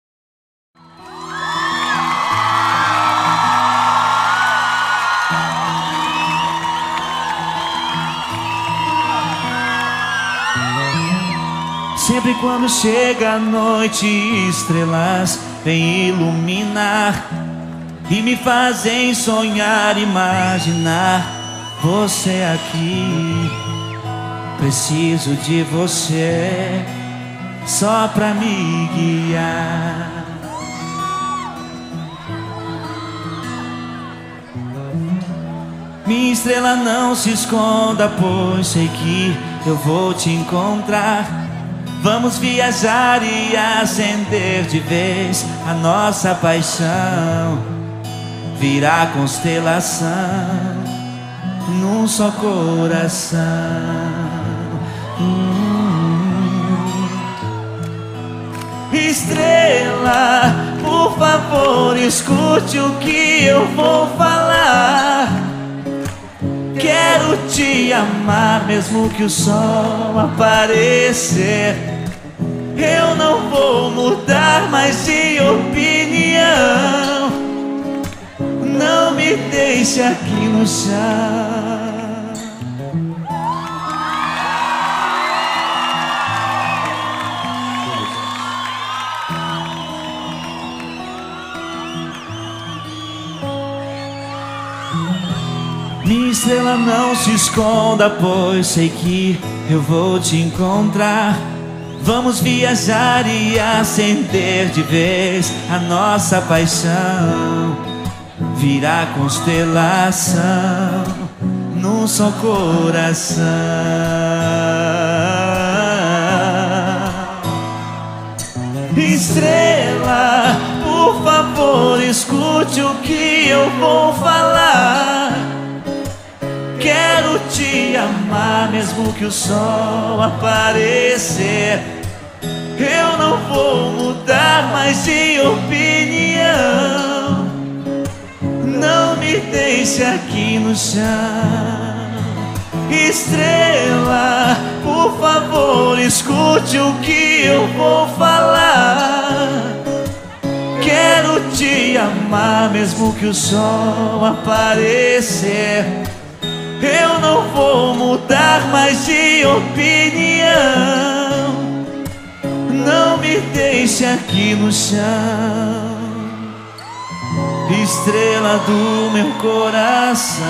Sempre quando chega a noite, estrelas vêm iluminar e me fazem sonhar, imaginar você aqui. Preciso de você só pra me guiar. Minha estrela, não se esconda, pois sei que eu vou te encontrar. Vamos viajar e acender de vez a nossa paixão, virar constelação num só coração. hum. Estrela, por favor, escute o que eu vou falar. Quero te amar mesmo que o sol aparecer. Eu não vou mudar mais de opinião. Não me deixe aqui no chão. Minha estrela, não se esconda, pois sei que eu vou te encontrar. Vamos viajar e acender de vez a nossa paixão, virar constelação num só coração. Estrela, por favor, escute o que eu vou falar. Quero te amar mesmo que o sol aparecer. Eu não vou mudar mais de opinião. Não me deixe aqui no chão. Estrela, por favor, escute o que eu vou falar. Quero te amar mesmo que o sol aparecer. Eu não vou mudar mais de opinião. Não me deixe aqui no chão. Estrela do meu coração.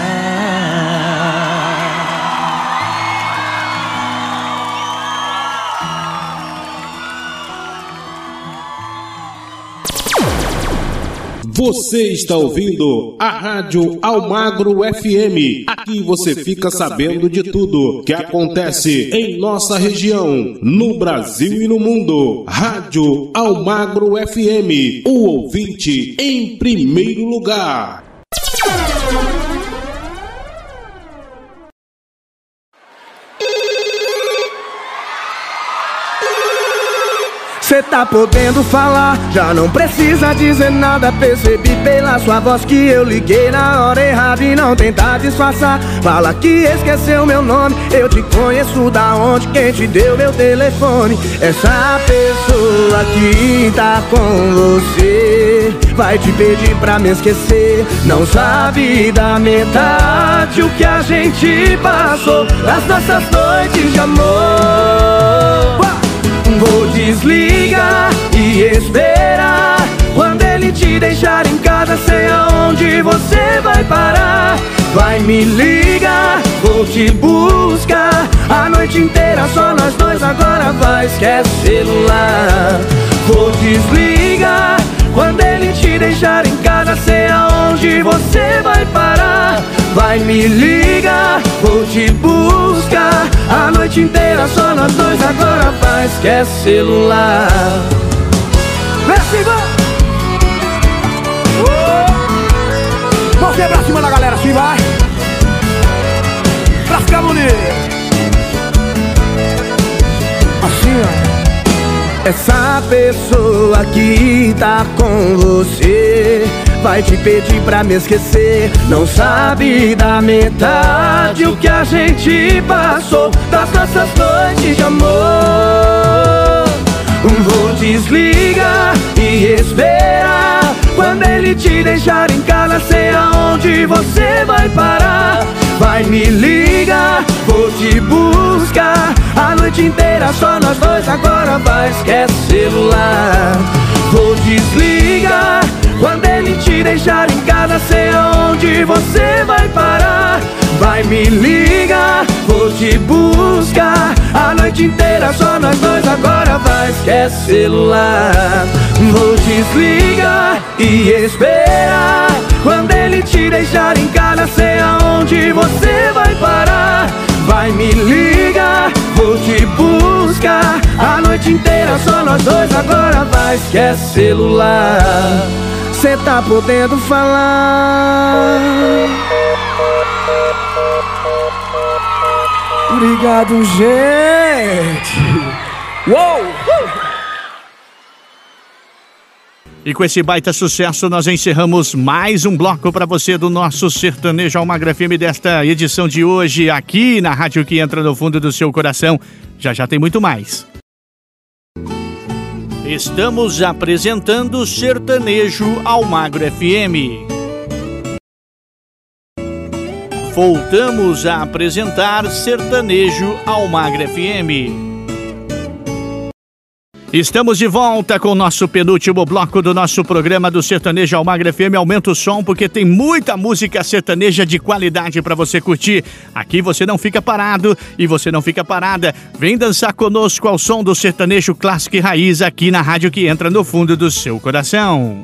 Você está ouvindo a Rádio Almagro F M. Aqui você fica sabendo de tudo que acontece em nossa região, no Brasil e no mundo. Rádio Almagro F M, o ouvinte em primeiro lugar. Cê tá podendo falar, já não precisa dizer nada. Percebi pela sua voz que eu liguei na hora errada e não tentar disfarçar. Fala que esqueceu meu nome, eu te conheço da onde, quem te deu meu telefone. Essa pessoa que tá com você vai te pedir pra me esquecer. Não sabe da metade o que a gente passou nas nossas noites de amor. Vou desligar e esperar. Quando ele te deixar em casa, sei aonde você vai parar. Vai me ligar, vou te buscar. A noite inteira só nós dois, agora vai, esquece celular. Vou desligar. Quando ele te deixar em casa, sei aonde você vai parar. Vai me ligar, vou te buscar. A noite inteira só nós dois, agora vai, esquece celular. Vem, Silva! Você pra cima da galera, assim vai. Pra ficar bonito. Assim, ó. Essa pessoa que tá com você vai te pedir pra me esquecer. Não sabe da metade o que a gente passou das nossas noites de amor. Vou desligar e esperar. Quando ele te deixar em casa, sei aonde você vai parar. Vai me ligar, vou te buscar. A noite inteira só nós dois, agora vai, esquece celular. Vou desligar. Quando ele te deixar em casa, sei aonde você vai parar. Vai me ligar, vou te buscar. A noite inteira só nós dois, agora vai, esquece celular. Vou desligar e esperar. Quando ele te deixar em casa, sei aonde você vai parar. Vai me ligar, vou te buscar. A noite inteira só nós dois, agora vai, esquece celular. Cê tá podendo falar. Obrigado, gente. Uou! E com esse baita sucesso, nós encerramos mais um bloco para você do nosso Sertanejo Almagro F M desta edição de hoje, aqui na rádio que entra no fundo do seu coração. Já já tem muito mais. Estamos apresentando Sertanejo Almagro F M. Voltamos a apresentar Sertanejo Almagro F M. Estamos de volta com o nosso penúltimo bloco do nosso programa do Sertanejo Almagro F M. Aumenta o som porque tem muita música sertaneja de qualidade para você curtir. Aqui você não fica parado e você não fica parada. Vem dançar conosco ao som do sertanejo clássico e raiz aqui na rádio que entra no fundo do seu coração.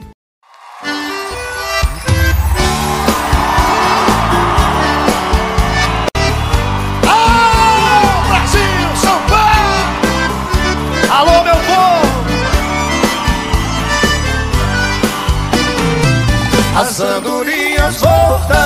As andorinhas voltaram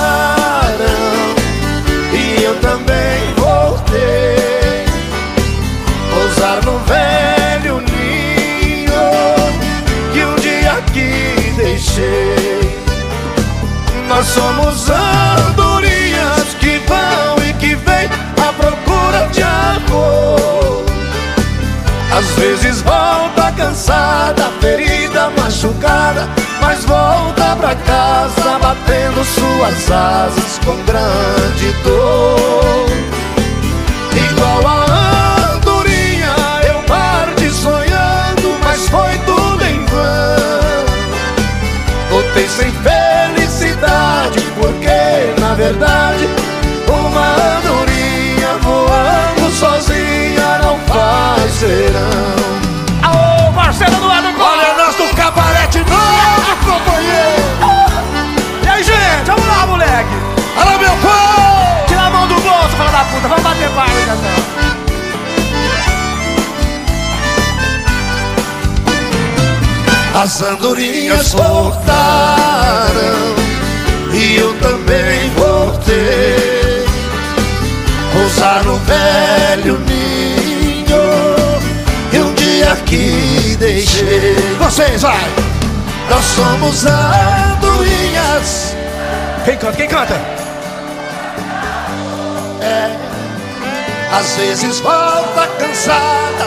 e eu também voltei. Pousar no velho ninho que um dia aqui deixei. Nós somos andorinhas que vão e que vêm à procura de amor. Às vezes volta cansada, ferida, machucada, mas volta pra casa batendo suas asas com grande dor. Igual a andorinha eu parti sonhando, mas foi tudo em vão. Voltei sem felicidade porque na verdade uma andorinha voando sozinha não faz verão. Aô, parceiro do ano, olha nós do cabarete novo, companheiro. E aí, gente, vamos lá, moleque. Alô, meu povo. Tira a mão do bolso, fala da puta, vamos bater palma, então. As andorinhas voltaram e eu também voltei. Pousar no velho ninho e um dia aqui deixei. Vocês, vai! Nós somos andorinhas. Quem canta? Quem canta? É, às vezes volta cansada,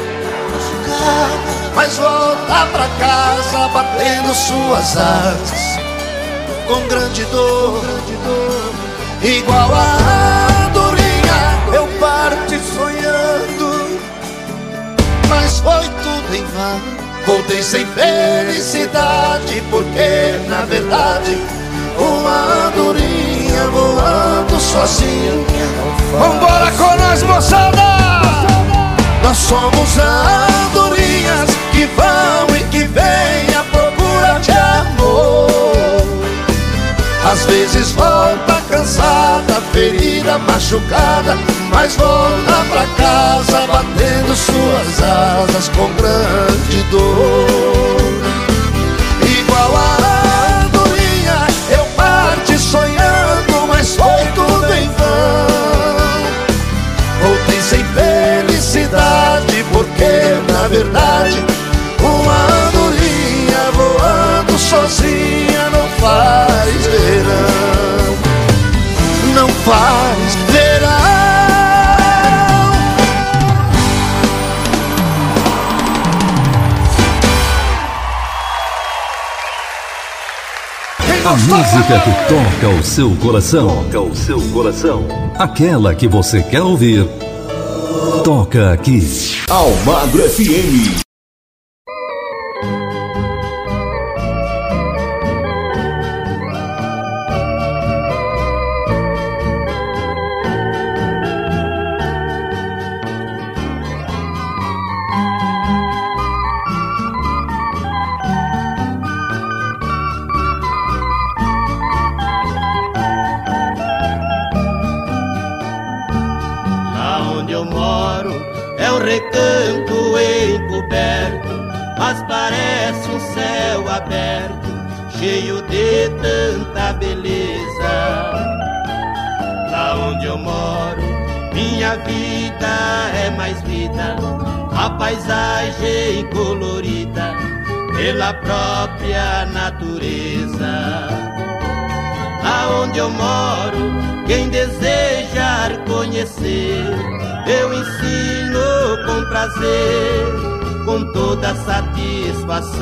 mas volta pra casa batendo suas asas com grande dor, igual a andorinha. Eu parti sonhando, mas foi tudo em vão. Voltei sem felicidade, porque na verdade uma andorinha voando sozinha. Vambora com nós, moçada! Nós somos andorinhas que vão e que vêm à procura de amor. Às vezes volta cansada, ferida, machucada, mas volta pra casa batendo suas asas com grande dor. Igual a andorinha, eu parti sonhando, mas foi tudo em vão. Voltei sem felicidade, porque na verdade uma andorinha voando sozinha não faz verão. Não faz verão. A música que toca o seu coração. Toca o seu coração. Aquela que você quer ouvir. Toca aqui. Almagro F M. Recanto encoberto, mas parece um céu aberto, cheio de tanta beleza. Lá onde eu moro, minha vida é mais vida, a paisagem colorida pela própria natureza. Lá onde eu moro, quem desejar conhecer, eu ensino com prazer, com toda satisfação.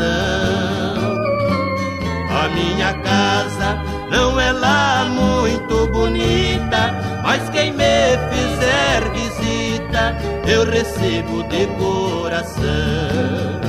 A minha casa não é lá muito bonita, mas quem me fizer visita, eu recebo de coração.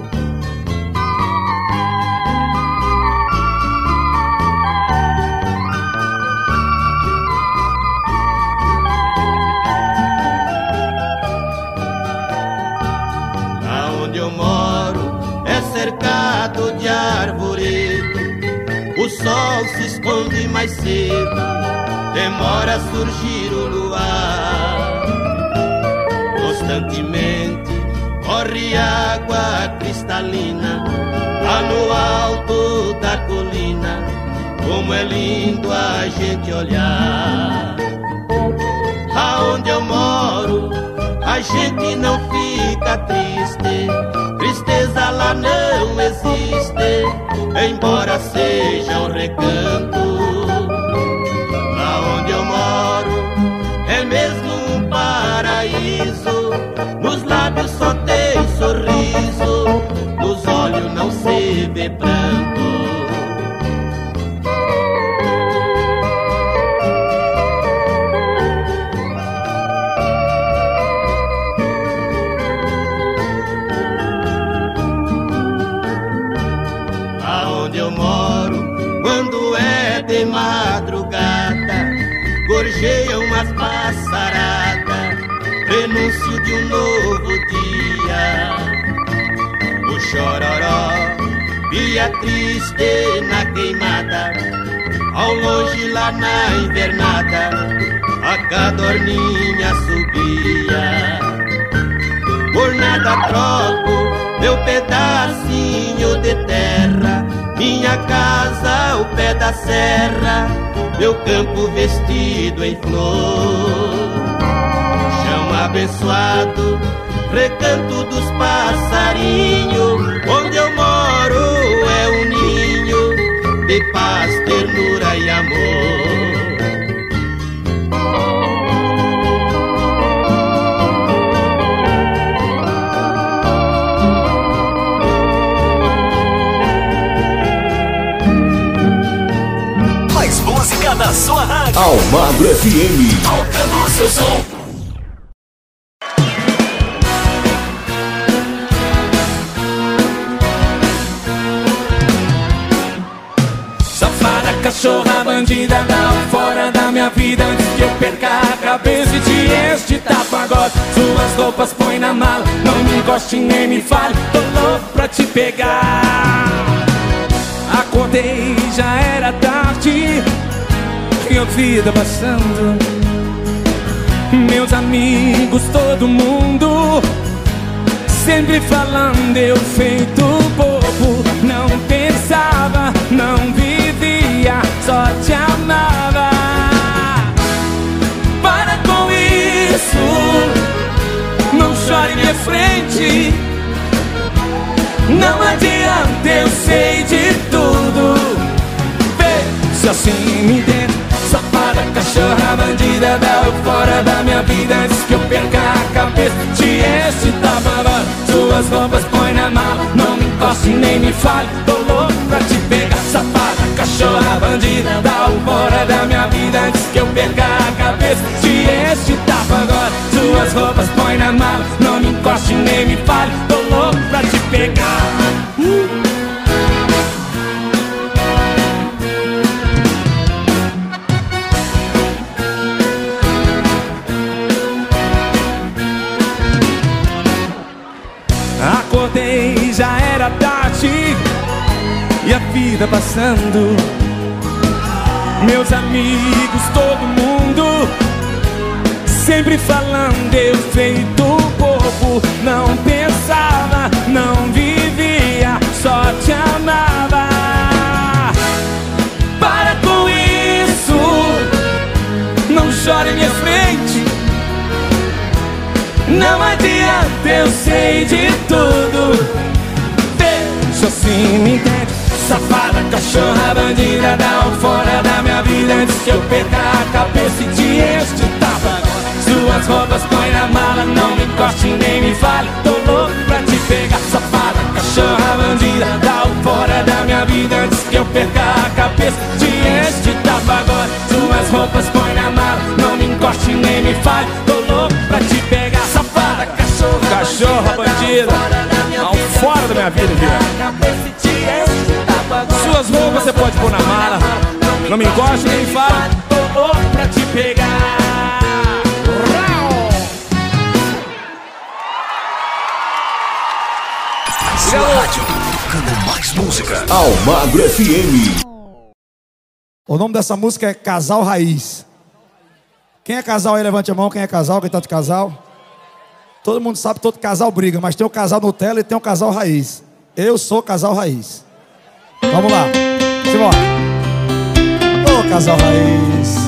Cercado de arvoredo, o sol se esconde mais cedo, demora a surgir o luar. Constantemente corre água cristalina, lá no alto da colina, como é lindo a gente olhar. Lá onde eu moro, a gente não fica triste, tristeza lá não existe, embora seja um recanto. Lá onde eu moro é mesmo um paraíso, nos lábios só tem sorriso, nos olhos não se vê pranto. De madrugada gorjeiam as passaradas, prenúncio de um novo dia. O chororó via triste na queimada, ao longe lá na invernada a cadorninha subia. Por nada troco meu pedacinho de terra, minha casa ao pé da serra, meu campo vestido em flor. Chão abençoado, recanto dos passarinhos. Onde eu moro é um ninho de paz, ternura e amor. Mais música da sua rádio. Almagro F M. Tocando o seu som. Safada, cachorra, bandida, dá um fora da minha vida antes que eu perca a cabeça e te enche de tapa agora. Suas roupas põe na mala, não me encoste nem me fale, tô louco pra te pegar. Acordei, já era tarde, e a vida passando. Meus amigos, todo mundo sempre falando, eu feito bobo. Não pensava, não vivia, só te amava. Para com isso, não chore em minha frente. Não adianta, eu sei de tudo. Veja assim, me dentro. Safada, cachorra, bandida, dá eu fora da minha vida antes que eu perca a cabeça. Te enche de tapa, suas roupas põe na mala, não me encoste nem me fale, tô louco pra te pegar. Safada, cachorra, bandida, dá o fora da minha vida antes que eu perca a cabeça. Te enche de tapa agora, suas roupas põe na mala, não me encoste nem me fale, tô louco pra te pegar. uh. Acordei, já era tarde, e a vida passando. Meus amigos, todo mundo sempre falando, eu feito bobo. Não pensava, não vivia, só te amava. Para com isso, não chore em minha frente. Não adianta, eu sei de tudo. Deixa assim, me entende. Safada, cachorra, bandida, dá um fora da minha vida antes que eu perca a cabeça e te enche de tapa. Suas roupas põe na mala, não me encoste nem me fale, tô louco pra te pegar. Safada, cachorra, bandida, dá um fora da minha vida antes que eu perca a cabeça. Te enche de tapa agora, suas roupas põe na mala, não me encoste nem me fale, tô louco pra te pegar. Safada, cachorra, cachorra, bandida, dá um fora da minha vida, filha. Suas roupas você pode pôr na mala, não me encoste nem me fale, tô louco pra te pegar. Sua rádio, tocando mais música. Almagro F M. O nome dessa música é Casal Raiz. Quem é casal aí, levante a mão. Quem é casal, quem tá de casal? Todo mundo sabe que todo casal briga, mas tem o casal Nutella e tem o casal Raiz. Eu sou casal Raiz. Vamos lá, simbora. Ô, oh, casal Raiz.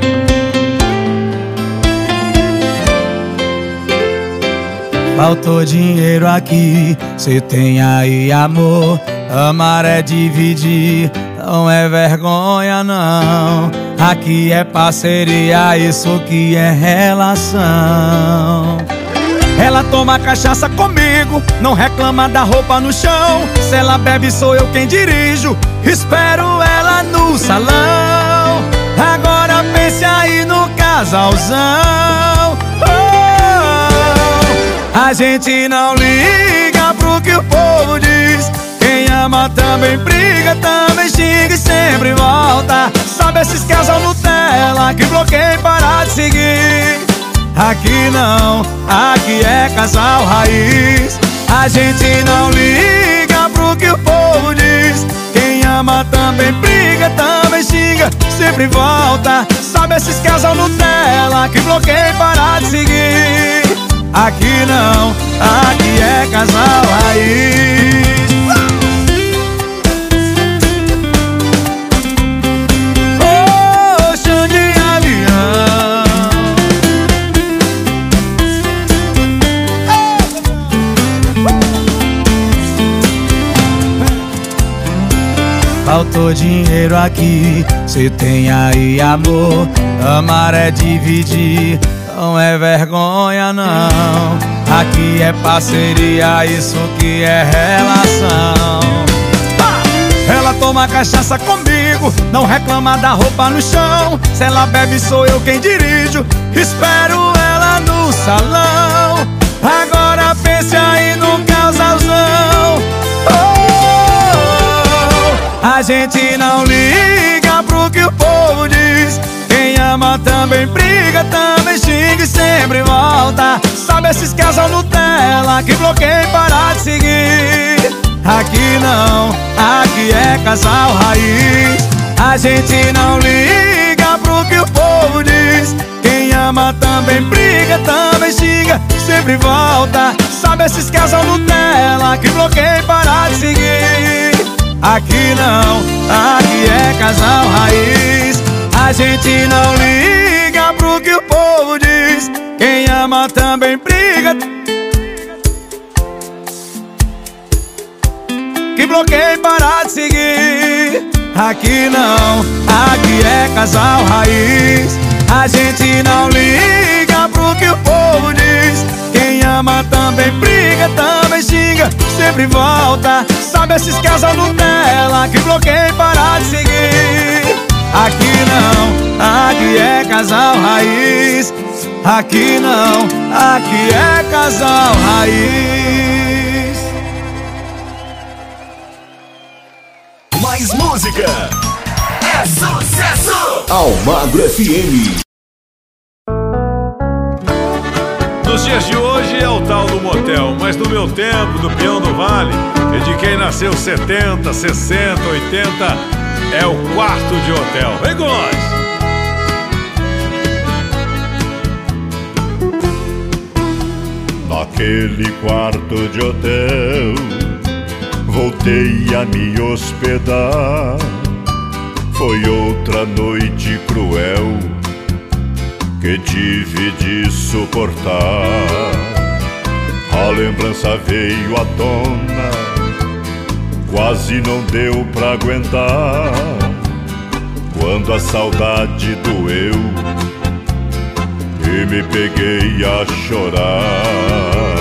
Faltou dinheiro aqui, cê tem aí amor. Amar é dividir, não é vergonha não. Aqui é parceria, isso que é relação. Ela toma cachaça comigo, não reclama da roupa no chão. Se ela bebe sou eu quem dirijo, espero ela no salão. Agora pense aí no casalzão. Oh, a gente não liga pro que o povo diz. Quem ama também briga, também xinga e sempre volta. Sabe esses casal Nutella que bloqueia e para de seguir? Aqui não, aqui é casal Raiz. A gente não liga pro que o povo diz. Quem ama também briga, também xinga, sempre volta. Sabe esses casal Nutella que bloqueia e para de seguir? Aqui não, aqui é casal Raiz. faltou dinheiro aqui, cê tem aí amor. Amar é dividir, não é vergonha não. Aqui é parceria, isso que é relação. Ela toma cachaça comigo, não reclama da roupa no chão. Se ela bebe sou eu quem dirijo, espero ela no salão. Agora pense aí no casalzão. Oh, a gente não liga pro que o povo diz. Quem ama também briga, também xinga e sempre volta. Sabe esses casal Nutella que bloqueia e para de seguir? Aqui não, aqui é casal raiz. A gente não liga pro que o povo diz. Quem ama também briga, também xinga, sempre volta. Sabe esses casal Nutella que bloqueia e para de seguir? Aqui não, aqui é casal raiz. A gente não liga pro que o povo diz. Quem ama também briga, que bloqueia e para de seguir. Aqui não, aqui é casal raiz. A gente não liga pro que o povo diz. Quem ama também briga, também xinga, sempre volta. Sabe esses casal Nutella que bloqueia e para de seguir? Aqui não, aqui é casal raiz. Aqui não, aqui é casal raiz. Mais música é sucesso! Almagro F M. Nos dias de hoje é o tal do motel, mas no meu tempo, do peão do vale, e de quem nasceu setenta, sessenta, oitenta, é o quarto de hotel. Vem com nós! Naquele quarto de hotel voltei a me hospedar. Foi outra noite cruel que tive de suportar. A lembrança veio à tona, quase não deu pra aguentar. Quando a saudade doeu e me peguei a chorar.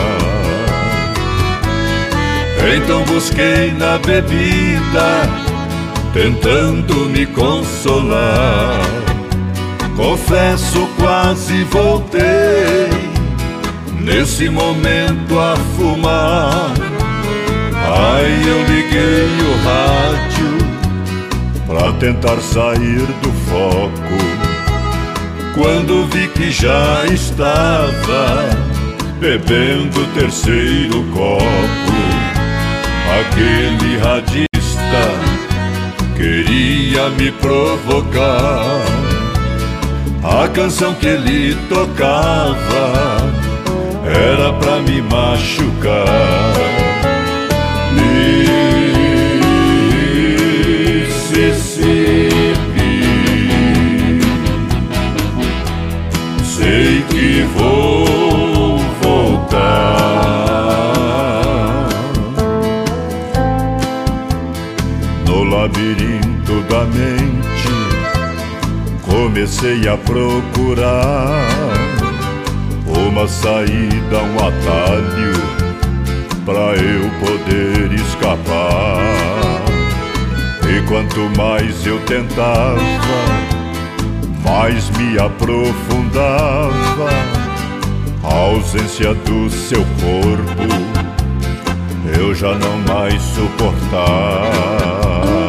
Então busquei na bebida, tentando me consolar. Confesso, quase voltei nesse momento a fumar. Aí eu liguei o rádio pra tentar sair do foco. Quando vi que já estava bebendo o terceiro copo, aquele radista queria me provocar. A canção que ele tocava era pra me machucar. Mississippi, sei que vou voltar. No labirinto da mente comecei a procurar uma saída, um atalho pra eu poder escapar. E quanto mais eu tentava, mais me aprofundava. A ausência do seu corpo eu já não mais suportava.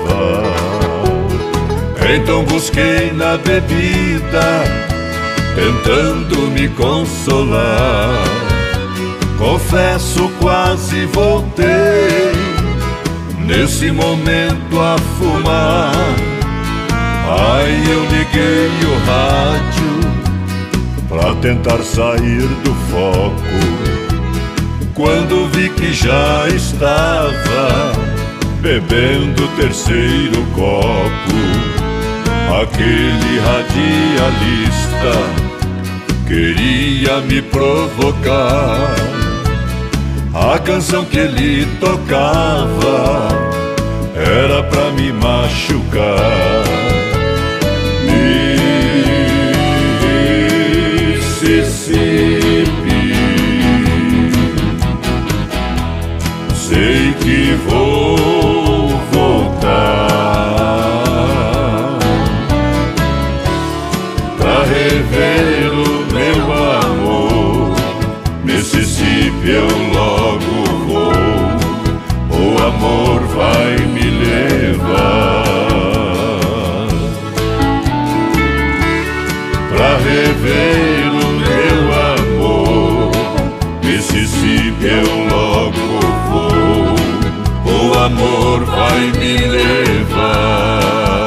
Então busquei na bebida, tentando me consolar. Confesso, quase voltei nesse momento a fumar. Aí eu liguei o rádio pra tentar sair do foco. Quando vi que já estava bebendo o terceiro copo, aquele radialista queria me provocar. A canção que ele tocava era pra me machucar. Mississippi, sei que vou voltar pra rever o meu amor. Mississippi, eu logo vou, o amor vai me levar pra rever o meu amor. Mississippi, eu logo vou, o amor vai me levar.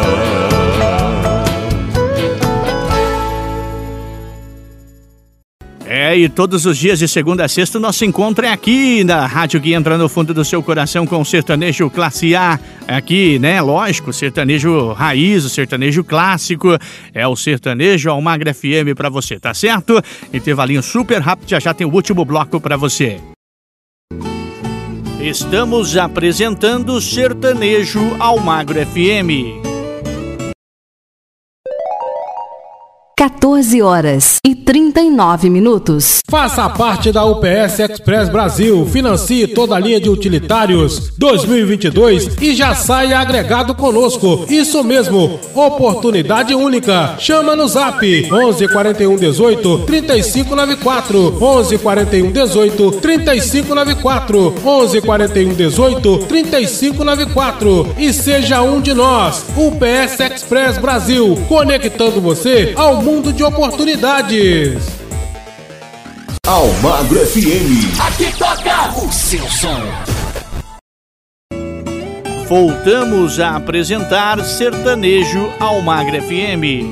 É, e todos os dias de segunda a sexta o nosso encontro é aqui na rádio que entra no fundo do seu coração com o sertanejo classe A. Aqui, né, lógico, sertanejo raiz, o sertanejo clássico, é o sertanejo Almagre F M pra você, tá certo? Intervalinho super rápido, já já tem o último bloco pra você. Estamos apresentando Sertanejo Almagre F M. quatorze horas e trinta e nove minutos. Faça parte da U P S Express Brasil, financie toda a linha de utilitários dois mil e vinte e dois e já saia agregado conosco. Isso mesmo, oportunidade única. Chama no Zap onze quarenta e um dezoito, trinta e cinco noventa e quatro, onze quarenta e um dezoito, trinta e cinco noventa e quatro, onze quarenta e um dezoito, trinta e cinco noventa e quatro e seja um de nós. U P S Express Brasil, conectando você ao mundo de oportunidades. Almagre F M. Aqui toca o seu som. Voltamos a apresentar Sertanejo Almagre F M.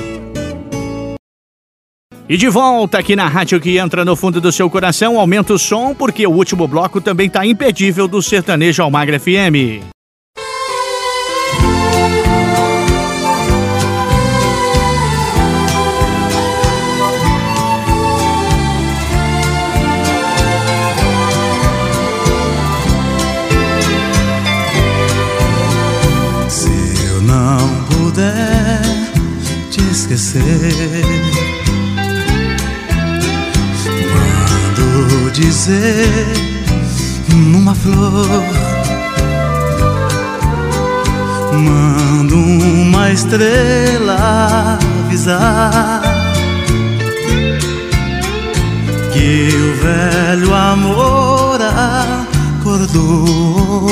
E de volta aqui na rádio que entra no fundo do seu coração, aumenta o som porque o último bloco também tá imperdível do Sertanejo Almagre F M. Te esquecer, mando dizer numa flor, mando uma estrela avisar que o velho amor acordou.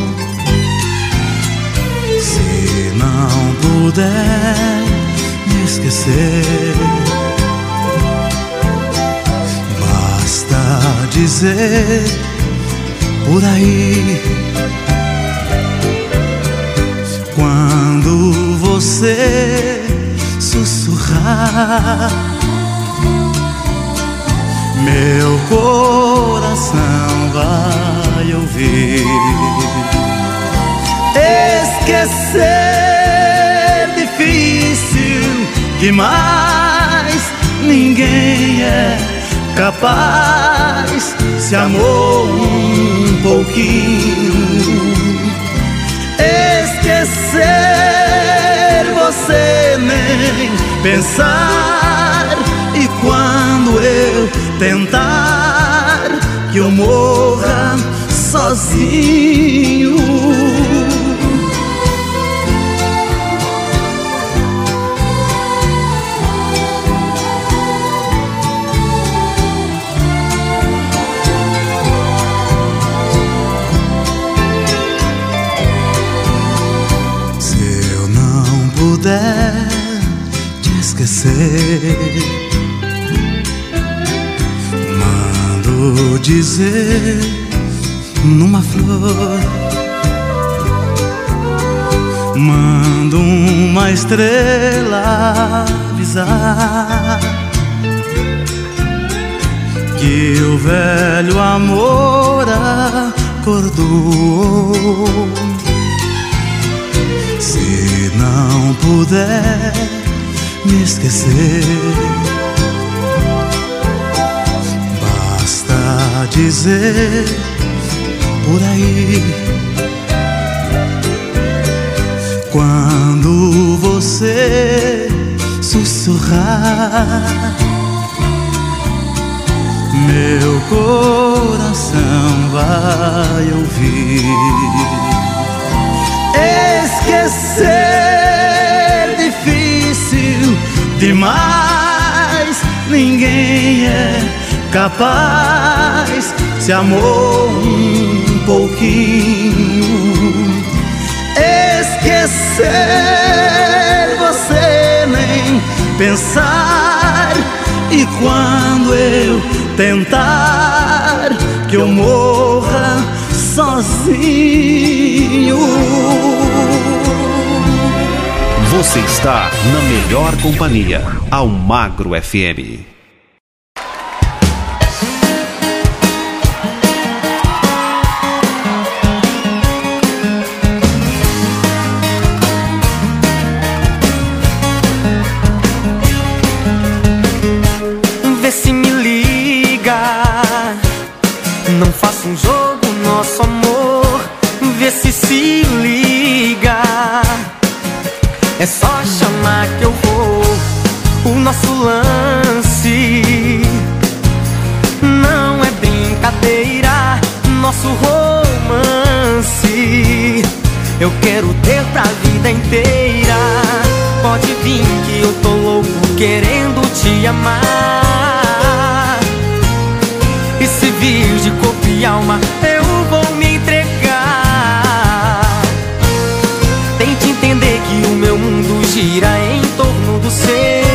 Se não puder me esquecer, basta dizer por aí. Quando você sussurrar, meu coração vai ouvir. Esquecer difícil demais, ninguém é capaz. Se amou um pouquinho, esquecer você nem pensar. E quando eu tentar que eu morra sozinho, puder te esquecer, mando dizer numa flor, mando uma estrela avisar que o velho amor acordou. Se não puder me esquecer, basta dizer por aí. Quando você sussurrar, meu coração vai ouvir. Esquecer difícil demais, ninguém é capaz. Se amou um pouquinho, esquecer você nem pensar. E quando eu tentar que eu morra sozinho. Você está na melhor companhia, Almagro F M. Vê se me liga, não faça um jogo, nosso amor. Vê se se liga, é só chamar que eu vou. O nosso lance não é brincadeira, nosso romance eu quero ter pra vida inteira. Pode vir que eu tô louco querendo te amar. E se vir de corpo e alma eu vou me entregar. Tente entender que o meu mundo gira em torno do seu.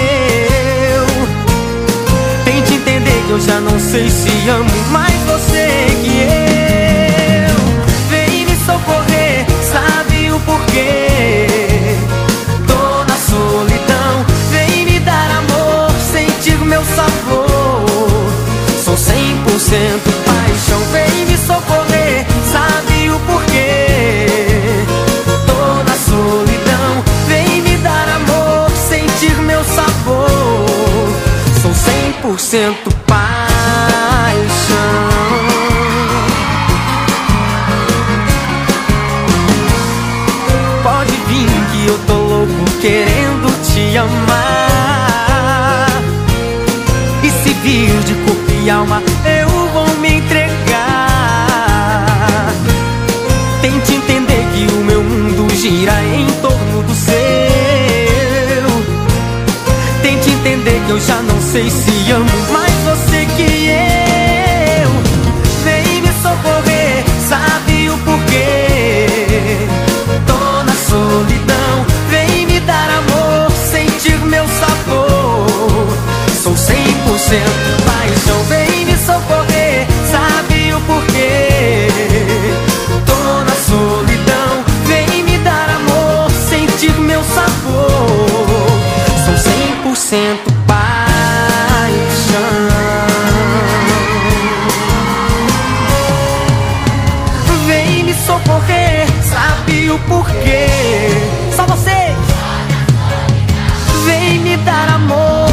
Tente entender que eu já não sei se amo mais você que eu. Vem me socorrer, sabe o porquê? Tô na solidão, vem me dar amor, sentir meu sabor. Sou cem por cento paixão, vem me socorrer, sabe o porquê? Tô na solidão, vem me dar amor, sentir meu sabor. Sou cem por cento paixão. Pode vir que eu tô louco querendo te amar. E se vir de corpo e alma eu vou me entregar. Tente entender que o meu mundo gira em torno do seu. Tente entender que eu já não sei se amo mais você que eu. Vem me socorrer, sabe o porquê? Tô na solidão, vem me dar amor, sentir meu sabor. Sou cem por cento paixão, vem me socorrer, sabe o porquê? Tô na solidão, vem me dar amor, sentir meu sabor. Sou cem por cento paixão. Vem me socorrer, sabe o porquê? Só você. Vem me dar amor.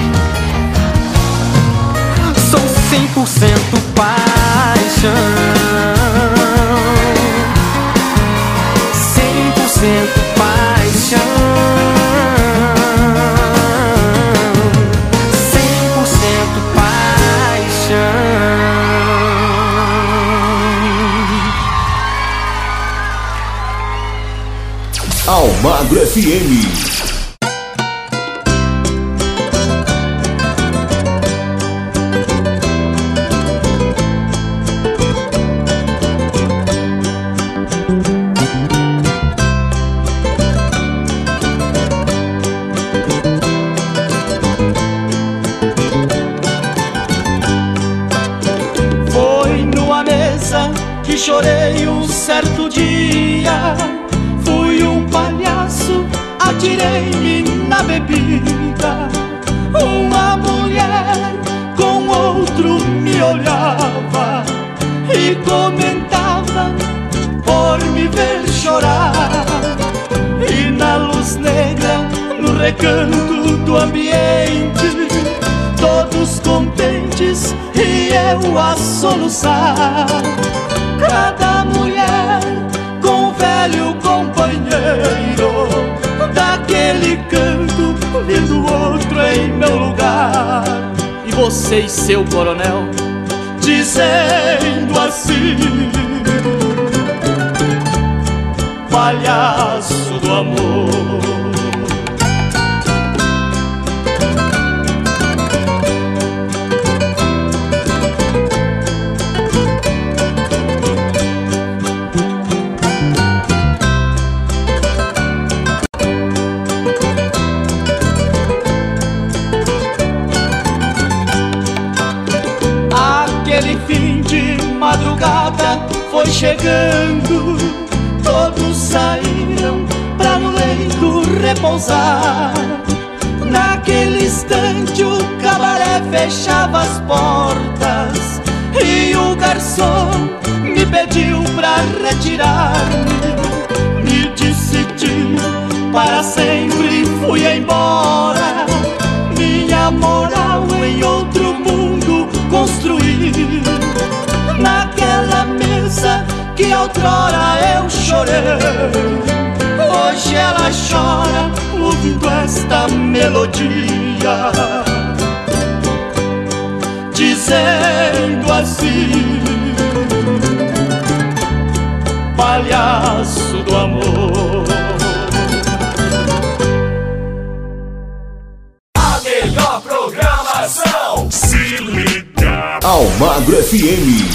Sou cem por cento paixão. Cem por cento paixão. Cem por cento paixão. Almagro F M. Foi numa mesa que chorei um certo dia. Fui um palhaço, atirei-me na bebida. Uma mulher com outro me olhava e comentava por me ver chorar. E na luz negra, no recanto do ambiente, todos contentes e eu a soluçar. Cada mulher com velho companheiro canto, vendo outro em meu lugar. E você e seu coronel dizendo assim: palhaço do amor. Aquele fim de madrugada foi chegando, todos saíram pra no leito repousar. Naquele instante o cabaré fechava as portas e o garçom me pediu pra retirar-me. Me decidi para sempre, fui embora. Minha moral em outro mundo construí. Naquela mesa que outrora eu chorei, hoje ela chora ouvindo esta melodia, dizendo assim: palhaço do amor. A melhor programação se liga. Almagro F M.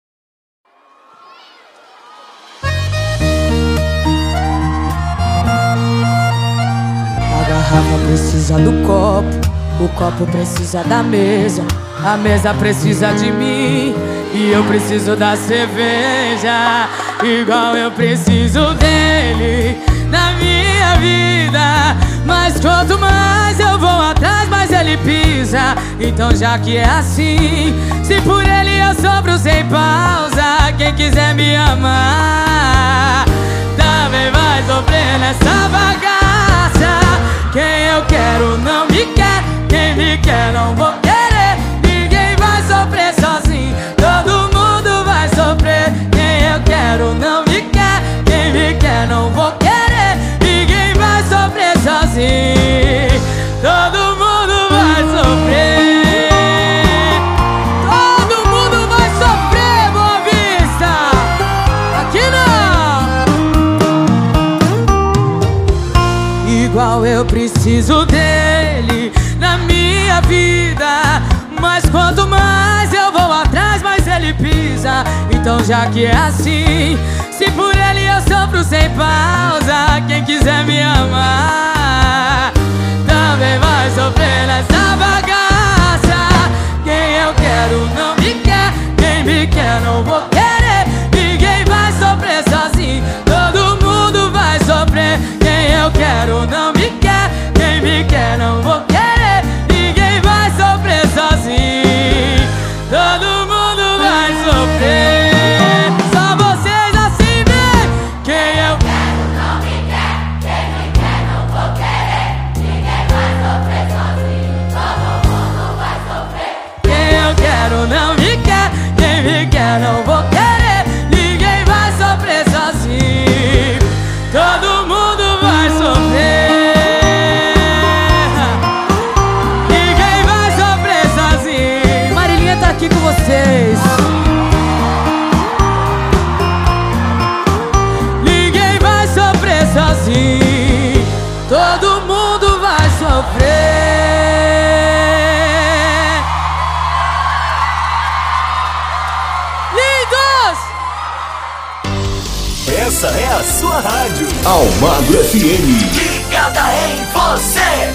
A garrafa precisa do copo, o copo precisa da mesa, a mesa precisa de mim e eu preciso da cerveja, igual eu preciso dele na minha vida. Mas quanto mais eu vou atrás, mais ele pisa. Então já que é assim, se por ele eu sofro sem pausa, quem quiser me amar também vai sofrer nessa bagaça. Quem eu quero não me quer, quem me quer não vou querer. Ninguém vai sofrer sozinho, todo mundo vai sofrer. Quem eu quero não me quer, quem me quer não vou querer. Ninguém vai sofrer sozinho, todo mundo vai sofrer. Todo mundo vai sofrer, Boa Vista. Aqui não. Igual eu preciso dele na minha vida, mas quanto mais eu vou atrás, mais ele pisa. Então já que é assim, se por ele eu sofro sem pausa, quem quiser me amar também vai sofrer nessa bagaça. Quem eu quero não me quer, quem me quer não vou querer. Ninguém vai sofrer sozinho, todo mundo vai sofrer. Quem eu quero não me quer, quem me quer não vou querer. Ninguém vai sofrer sozinho, todo mundo vai sofrer. Só vocês assim, vem. Quem eu quero não me quer, quem me quer não vou querer. Ninguém vai sofrer sozinho, todo mundo vai sofrer. Quem eu quero não me quer, quem me quer não vou querer. Ninguém vai sofrer sozinho, todo mundo vai sofrer. Ninguém vai sofrer sozinho. Marilinha tá aqui com vocês. Ninguém vai sofrer sozinho, todo mundo vai sofrer. Lindos! Essa é a sua rádio. Almagro F M. Ligada em você.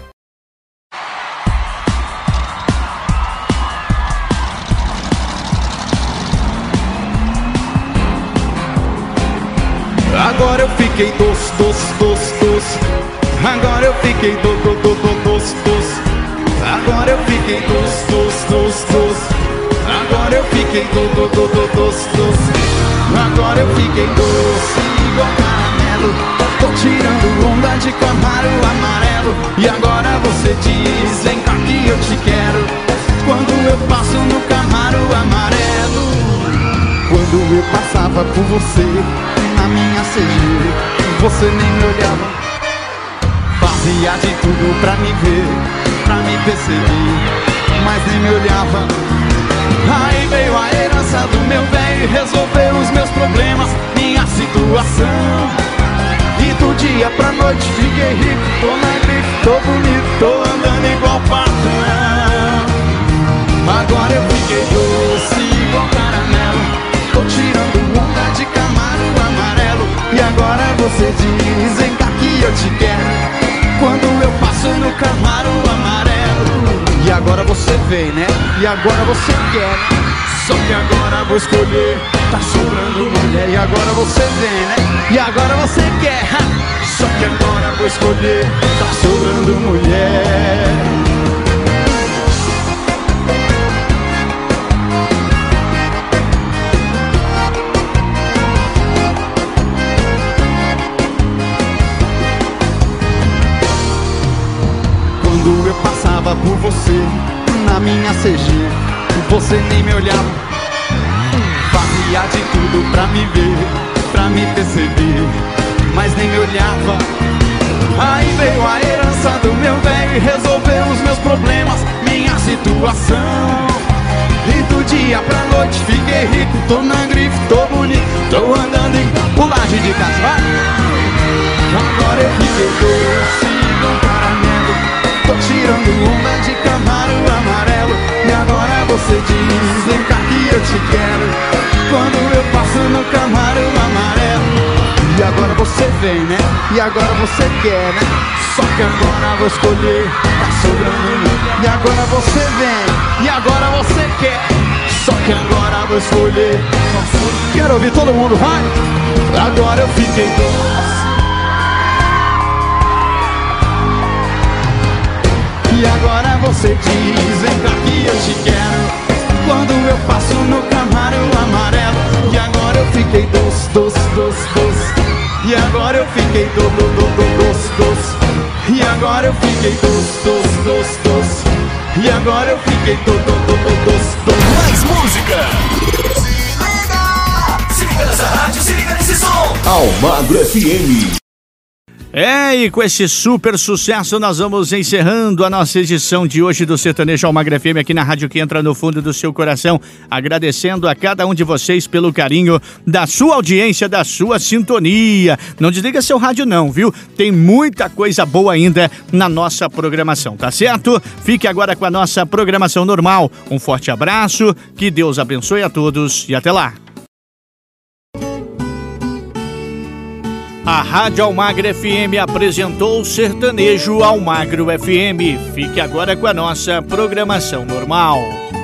Agora eu fiquei doce, doce, doce, doce. Agora eu fiquei do, do, do, do, doce, doce. Agora eu fiquei doce, doce, doce, doce. Agora eu fiquei do, do, do, do, doce, doce. Agora eu fiquei doce igual caramelo. Tô tirando onda de Camaro amarelo. E agora você diz, vem cá que eu te quero. Quando eu passo no Camaro amarelo. Quando eu passava por você na minha C G, você nem me olhava. Fazia de tudo pra me ver, pra me perceber, mas nem me olhava. Aí veio a herança do meu velho e resolveu os meus problemas, minha situação. E do dia pra noite fiquei rico, tô na grife, tô bonito, tô andando igual patrão. Agora eu fiquei doce igual caramelo, tô tirando onda de Camaro amarelo. E agora você diz, vem cá que eu te quero, quando eu passo no Camaro amarelo. E agora você vem, né? E agora você quer, só que agora vou escolher, tá sobrando mulher. E agora você vem, né? E agora você quer, só que agora vou escolher, tá sobrando mulher. Quando eu passava por você, na minha C G, você nem me olhava. Fazia de tudo pra me ver, pra me perceber, mas nem me olhava. Aí veio a herança do meu velho e resolveu os meus problemas, minha situação. E do dia pra noite fiquei rico, tô na grife, tô bonito, tô andando em pulagem de casa, vai! Agora eu fiquei doce igual caramelo, tô tirando onda de Camaro amarelo. E agora você diz, vem cá que eu te quero, quando eu passo no Camaro amarelo. E agora você vem, né? E agora você quer, né? Só que agora vou escolher, tá sobrando. E agora você vem, e agora você quer, só que agora vou escolher. Quero ouvir todo mundo, vai! Agora eu fiquei doce. E agora você diz, vem cá que eu te quero, quando eu passo no Camaro amarelo. E agora eu fiquei doce, doce, doce, doce. E agora eu fiquei doce, doce, doce, doce. E agora eu fiquei doce, doce, doce, doce. E agora eu fiquei doce, doce, doce, doce. Mais música! Se liga! Se liga nessa rádio, se liga nesse som! Almagro F M. É, e com esse super sucesso nós vamos encerrando a nossa edição de hoje do Sertanejo Almagro F M aqui na rádio que entra no fundo do seu coração, agradecendo a cada um de vocês pelo carinho da sua audiência, da sua sintonia. Não desliga seu rádio não, viu? Tem muita coisa boa ainda na nossa programação, tá certo? Fique agora com a nossa programação normal. Um forte abraço, que Deus abençoe a todos e até lá. A Rádio Almagro F M apresentou o Sertanejo Almagro F M. Fique agora com a nossa programação normal.